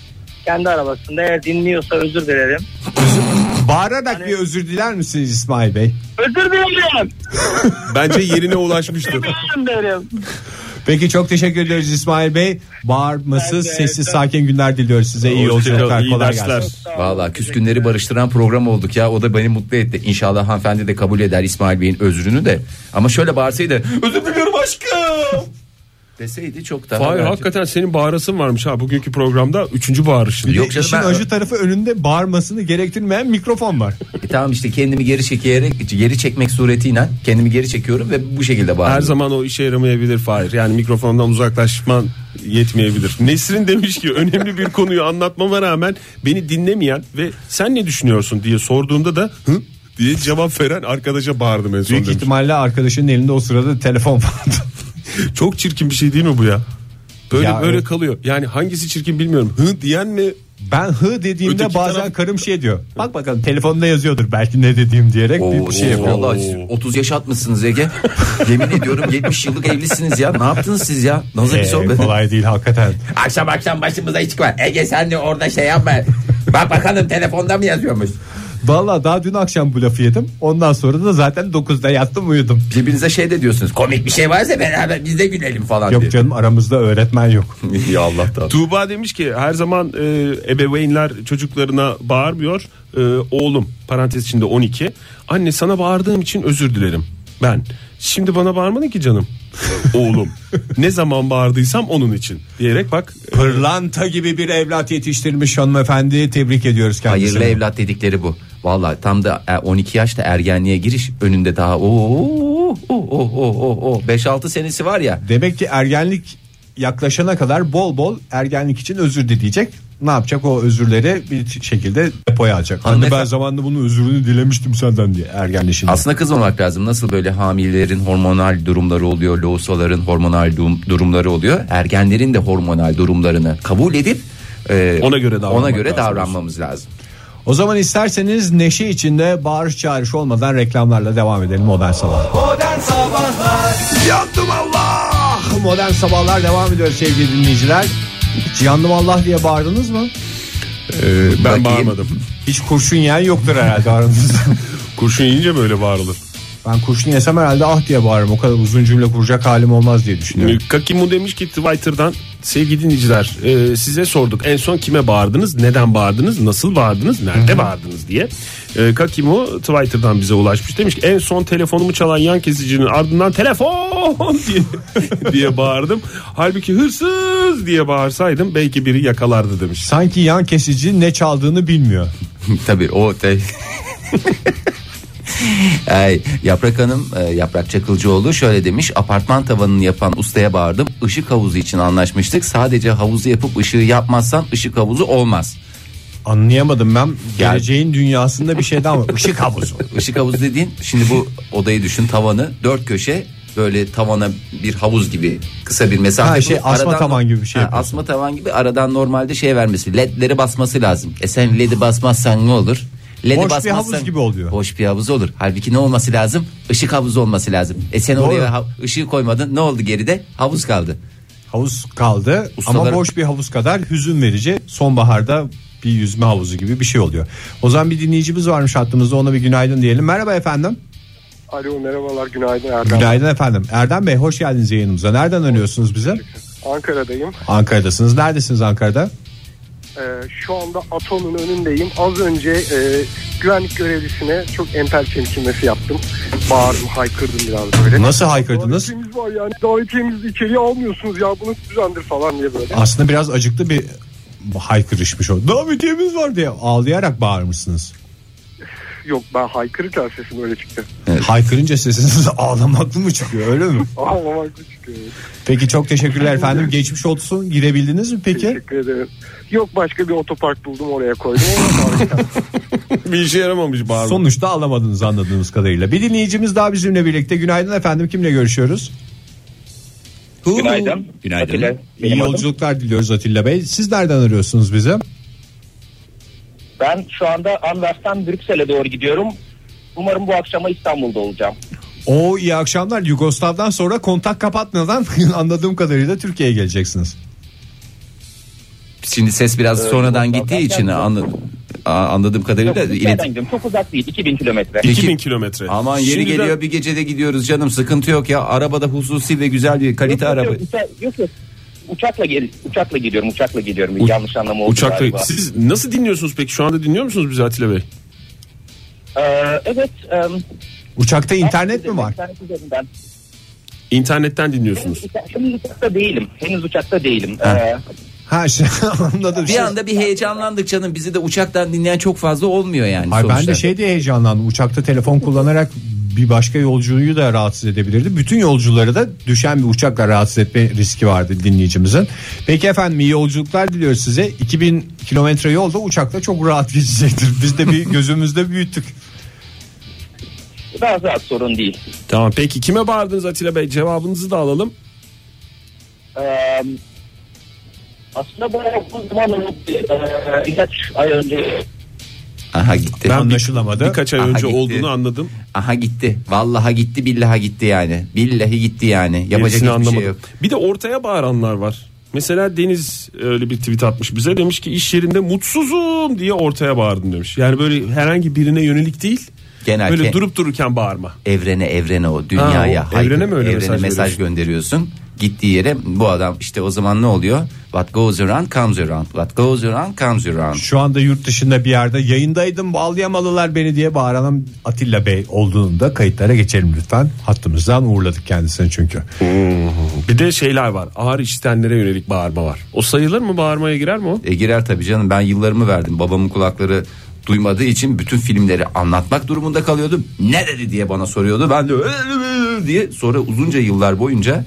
kendi arabasında. Eğer dinliyorsa özür dilerim. Bağırarak bir özür diler misiniz İsmail Bey? Özür dilerim. Bence yerine ulaşmıştır. Derim. Peki çok teşekkür ediyoruz İsmail Bey. Bağırmasız, sessiz, sakin günler diliyoruz size. İyi yolculuklar, iyi kolay dersler. gelsin. Valla küskünleri barıştıran program olduk ya. O da beni mutlu etti. İnşallah hanımefendi de kabul eder İsmail Bey'in özrünü de. Ama şöyle bağırsaydı, özür diliyorum aşkım deseydi çok daha. Hayır, hakikaten senin bağırasın varmış ha bugünkü programda. 3. bağırışın. Yok canım, İşin ben- acı tarafı önünde bağırmasını gerektirmeyen mikrofon var. Tamam işte kendimi geri çekmek suretiyle kendimi geri çekiyorum ve bu şekilde bağırıyorum. Her zaman o işe yaramayabilir Fahir. Yani mikrofondan uzaklaşman yetmeyebilir. Nesrin demiş ki önemli bir konuyu anlatmama rağmen beni dinlemeyen ve sen ne düşünüyorsun diye sorduğumda da hı diye cevap veren arkadaşa bağırdım en son Büyük demiş. ihtimalle arkadaşının elinde o sırada telefon vardı. Çok çirkin bir şey değil mi bu ya? Böyle Ya böyle evet. kalıyor. Yani hangisi çirkin bilmiyorum. Hı diyen mi? Ben hı dediğimde Öteki bazen taraf- karım şey diyor. Bak bakalım telefonda yazıyordur belki ne dediğim diyerek bir şey yapıyor. Vallahi 30 yaş atmışsınız Ege. Yemin ediyorum 70 yıllık evlisiniz ya. Ne yaptınız siz ya? Nasıl bir sohbet? Kolay değil hakikaten. Akşam başımıza iş var. Ege sen de orada şey yapma. Bak bakalım telefonda mı yazıyormuş? Vallahi daha dün akşam bu lafı yedim. Ondan sonra da zaten 9'da yattım uyudum. Birbirinize şey de diyorsunuz. Komik bir şey varsa beraber biz de gülelim falan Yok diye. canım aramızda öğretmen yok. Ya Allah'tan. Tuğba demiş ki her zaman ebeveynler çocuklarına bağırmıyor. Oğlum parantez içinde 12. Anne sana bağırdığım için özür dilerim. Ben. Şimdi bana bağırmadın ki canım. Oğlum. Ne zaman bağırdıysam onun için. Diyerek bak. Pırlanta gibi bir evlat yetiştirmiş hanımefendi. Tebrik ediyoruz kendisini. Hayırlı evlat dedikleri bu. Vallahi tam da 12 yaşta ergenliğe giriş önünde daha 5-6 senesi var ya. Demek ki ergenlik yaklaşana kadar bol bol ergenlik için özür dileyecek. Ne yapacak, o özürleri bir şekilde depoya alacak. Anne ben zamanında bunun özrünü dilemiştim senden diye ergenleşince. Aslında kızmamak lazım. Nasıl böyle hamilelerin hormonal durumları oluyor, lohusaların hormonal durumları oluyor. Ergenlerin de hormonal durumlarını kabul edip ona göre davranmamız lazım. O zaman isterseniz neşe içinde bağırış çağırış olmadan reklamlarla devam edelim Modern Sabah. Modern Sabahlar. Yandım Allah! Modern Sabahlar devam ediyor sevgili dinleyiciler. Hiç yandım Allah diye bağırdınız mı? Ben bağırmadım. Hiç kurşun yiyen yoktur herhalde aranızda. Kurşun yiyince böyle bağırılır. Ben kurşun yesem herhalde ah diye bağırırım. O kadar uzun cümle kuracak halim olmaz diye düşünüyorum. Kakimu demiş ki Twitter'dan sevgili dinleyiciler size sorduk en son kime bağırdınız, neden bağırdınız, nasıl bağırdınız, nerede bağırdınız diye. Kakimu Twitter'dan bize ulaşmış, demiş ki en son telefonumu çalan yan kesicinin ardından telefon diye bağırdım. Halbuki hırsız diye bağırsaydım belki biri yakalardı demiş. Sanki yan kesici ne çaldığını bilmiyor. Tabii o Yaprak Hanım, Yaprak Çakılcıoğlu şöyle demiş: apartman tavanını yapan ustaya bağırdım, ışık havuzu için anlaşmıştık, sadece havuzu yapıp ışığı yapmazsan ışık havuzu olmaz. Anlayamadım ben. Geleceğin dünyasında bir şeyden var. Işık havuzu. Işık havuzu dediğin, şimdi bu odayı düşün, tavanı 4 köşe, böyle tavana bir havuz gibi kısa bir mesafe. Asma tavan gibi bir şey yapıyorsun. Asma tavan gibi, aradan normalde şey vermesi, ledleri basması lazım. Sen ledi basmazsan ne olur? Boş bir havuz gibi oluyor. Boş bir havuz olur. Halbuki ne olması lazım? Işık havuzu olması lazım. Sen oraya ışığı koymadın. Ne oldu geride? Havuz kaldı. Havuz kaldı ama boş bir havuz kadar hüzün verici. Sonbaharda bir yüzme havuzu gibi bir şey oluyor. O zaman bir dinleyicimiz varmış hattımızda, ona bir günaydın diyelim. Merhaba efendim. Alo, merhabalar, günaydın Erdem. Günaydın efendim. Erdem Bey, hoş geldiniz yayınımıza. Nereden arıyorsunuz bize? Ankara'dayım. Ankara'dasınız. Neredesiniz Ankara'da? Şu anda Atom'un önündeyim. Az önce güvenlik görevlisine çok entel çemkirmesi yaptım. Bağırdım, haykırdım biraz böyle. Nasıl haykırdınız? Davetiyemiz var yani, davetiyemizi içeriye almıyorsunuz ya, bunu düzendir falan diye böyle. Aslında biraz acıklı bir haykırışmış o. Davetiyemiz var diye ağlayarak bağırmışsınız. Yok, ben haykırırken sesim öyle çıktı. Evet. Haykırınca sesiniz ağlamaklı mı çıkıyor, öyle mi? Ağlamaklı çıkıyor. Peki çok teşekkürler efendim. Geçmiş olsun. Girebildiniz mi peki? Teşekkür ederim. Yok, başka bir otopark buldum, oraya koydum. Bir işe yaramamış bağırma. Sonuçta alamadınız anladığımız kadarıyla. Bir dinleyicimiz daha bizimle birlikte. Günaydın efendim. Kimle görüşüyoruz? Günaydın. Günaydın. İyi yolculuklar diliyoruz Atilla Bey. Siz nereden arıyorsunuz bize? Ben şu anda Anvers'ten Brüksel'e doğru gidiyorum. Umarım bu akşama İstanbul'da olacağım. Oo, iyi akşamlar. Yugoslav'dan sonra kontak kapatmadan anladığım kadarıyla Türkiye'ye geleceksiniz. Şimdi ses biraz sonradan gittiği için anladığım kadarıyla Nereden gidiyorum? Çok uzak değil. 2000 kilometre. 2000 kilometre. Aman yeri Şimdiden- geliyor bir gecede gidiyoruz canım, sıkıntı yok ya. Arabada hususi ve güzel bir kalite araba. Yok. Uçakla geliyorum. Yanlış anlama oldu Uçakla. galiba. Siz nasıl dinliyorsunuz peki? Şu anda dinliyor musunuz bizi Atilla Bey? Evet. Uçakta internet mi var? İnternet üzerinden. İnternetten dinliyorsunuz. Henüz uçakta değilim. Anladım. Bir anda bir heyecanlandık canım, bizi de uçaktan dinleyen çok fazla olmuyor yani. Ay, sonuçta. ben de diye heyecanlandım. Uçakta telefon kullanarak bir başka yolcuyu da rahatsız edebilirdi. Bütün yolcuları da düşen bir uçakla rahatsız etme riski vardı dinleyicimizin. Peki efendim, iyi yolculuklar diliyoruz size. 2000 kilometre yolda uçakla çok rahat geçecektir. Biz de bir gözümüzde büyüttük. Rahat sorun değil. Tamam, peki kime bağırdınız Atilla Bey? Cevabınızı da alalım. Aslında bu zaman birkaç ay önce. Aha gitti. Ben Anlaşılamadı. Birkaç ay Aha, önce gitti. olduğunu anladım. Aha gitti. Vallahi gitti, billahi gitti yani. Billahi gitti yani. Yapacak Gerisini hiçbir anlamadım. şey yok. Bir de ortaya bağıranlar var. Mesela Deniz öyle bir tweet atmış bize. Demiş ki iş yerinde mutsuzum diye ortaya bağırdım demiş. Yani böyle herhangi birine yönelik değil. Genel Böyle durup dururken bağırma. Evrene o dünyaya. O evrene mi öyle mesaj gönderiyorsun. Gittiği yere bu adam işte o zaman ne oluyor? What goes around comes around. What goes around comes around. Şu anda yurt dışında bir yerde yayındaydım, bağlayamadılar beni diye bağıran Atilla Bey olduğunu da kayıtlara geçelim lütfen. Hattımızdan uğurladık kendisini çünkü. Bir de şeyler var. Ağır işitenlere yönelik bağırma var. O sayılır mı? Bağırmaya girer mi o? Girer tabii canım. Ben yıllarımı verdim. Babamın kulakları duymadığı için bütün filmleri anlatmak durumunda kalıyordum. Ne dedi diye bana soruyordu. Ben de diye sonra uzunca yıllar boyunca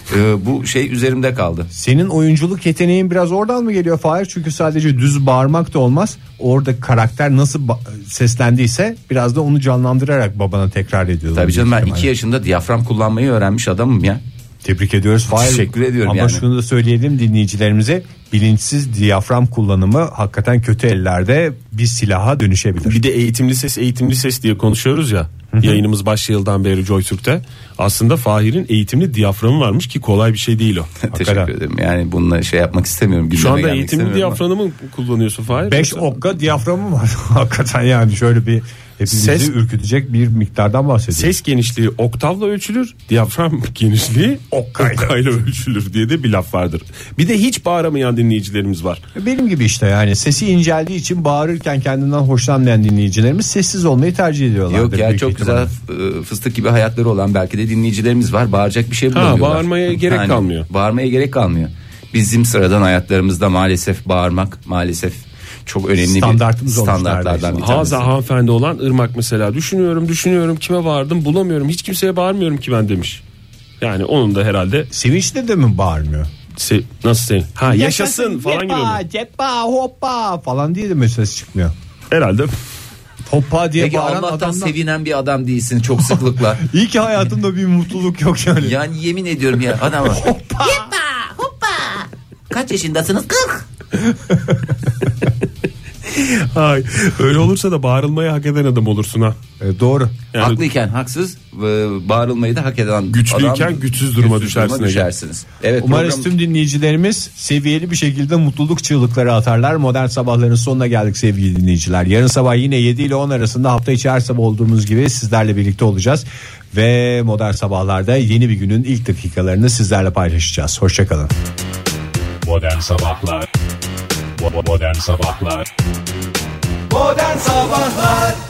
bu şey üzerimde kaldı. Senin oyunculuk yeteneğin biraz oradan mı geliyor Fahir? Çünkü sadece düz bağırmak da olmaz. Orada karakter nasıl seslendiyse biraz da onu canlandırarak babana tekrar ediyordu. Tabii canım, ben 2 yaşında diyafram kullanmayı öğrenmiş adamım ya. Tebrik ediyoruz Fahir. Teşekkür ediyorum. Ama yani. şunu da söyleyelim dinleyicilerimize, bilinçsiz diyafram kullanımı hakikaten kötü ellerde bir silaha dönüşebilir. Bir de eğitimli ses diye konuşuyoruz ya. Yayınımız başlayıldan beri JoyTürk'te. Aslında Fahir'in eğitimli diyaframı varmış ki kolay bir şey değil o. Teşekkür ederim. Yani bununla şey yapmak istemiyorum. Şu anda eğitimli diyaframı mı kullanıyorsun Fahir? 5 okka diyaframı var. Hakikaten yani şöyle bir hepimizi ürkütecek bir miktardan bahsediyoruz. Ses genişliği oktavla ölçülür, diyafram genişliği okkayla ölçülür diye de bir laf vardır. Bir de hiç bağıramayan dinleyicilerimiz var. Benim gibi işte, yani sesi inceldiği için bağırırken kendinden hoşlanmayan dinleyicilerimiz sessiz olmayı tercih ediyorlar. Yok ya, çok güzel fıstık gibi hayatları olan belki de dinleyicilerimiz var. Bağıracak bir şey bulamıyorlar. Bağırmaya gerek kalmıyor. Bağırmaya gerek kalmıyor. Bizim sıradan hayatlarımızda maalesef bağırmak çok önemli standartlardan bir tanesi. Haza hanımefendi olan Irmak mesela, düşünüyorum kime bağırdım bulamıyorum, hiç kimseye bağırmıyorum ki ben demiş. Yani onun da herhalde Sevinç'te de mi bağırmıyor? Nasıl senin? Yaşasın falan gibi mi? Ceppa hoppa falan diye de mi ses çıkmıyor? Herhalde. Hoppa diye Peki bağıran Allah'tan adamdan... sevinen bir adam değilsin çok sıklıkla. İyi ki hayatında bir mutluluk yok yani. Yani yemin ediyorum ya adam. Hoppa. Kaç yaşındasınız? 40. Hayır. Öyle olursa da bağırılmayı hak eden adam olursun ha. Doğru. Yani haklıyken haksız, bağırılmayı da hak eden güçlüyken adam, güçsüz duruma düşersiniz. Evet, umarız tüm dinleyicilerimiz seviyeli bir şekilde mutluluk çığlıkları atarlar. Modern sabahların sonuna geldik sevgili dinleyiciler. Yarın sabah yine 7 ile 10 arasında, hafta içi her sabah olduğumuz gibi sizlerle birlikte olacağız. Ve modern sabahlarda yeni bir günün ilk dakikalarını sizlerle paylaşacağız. Hoşçakalın. Modern Sabahlar. Modern Sabahlar. Modern Sabahlar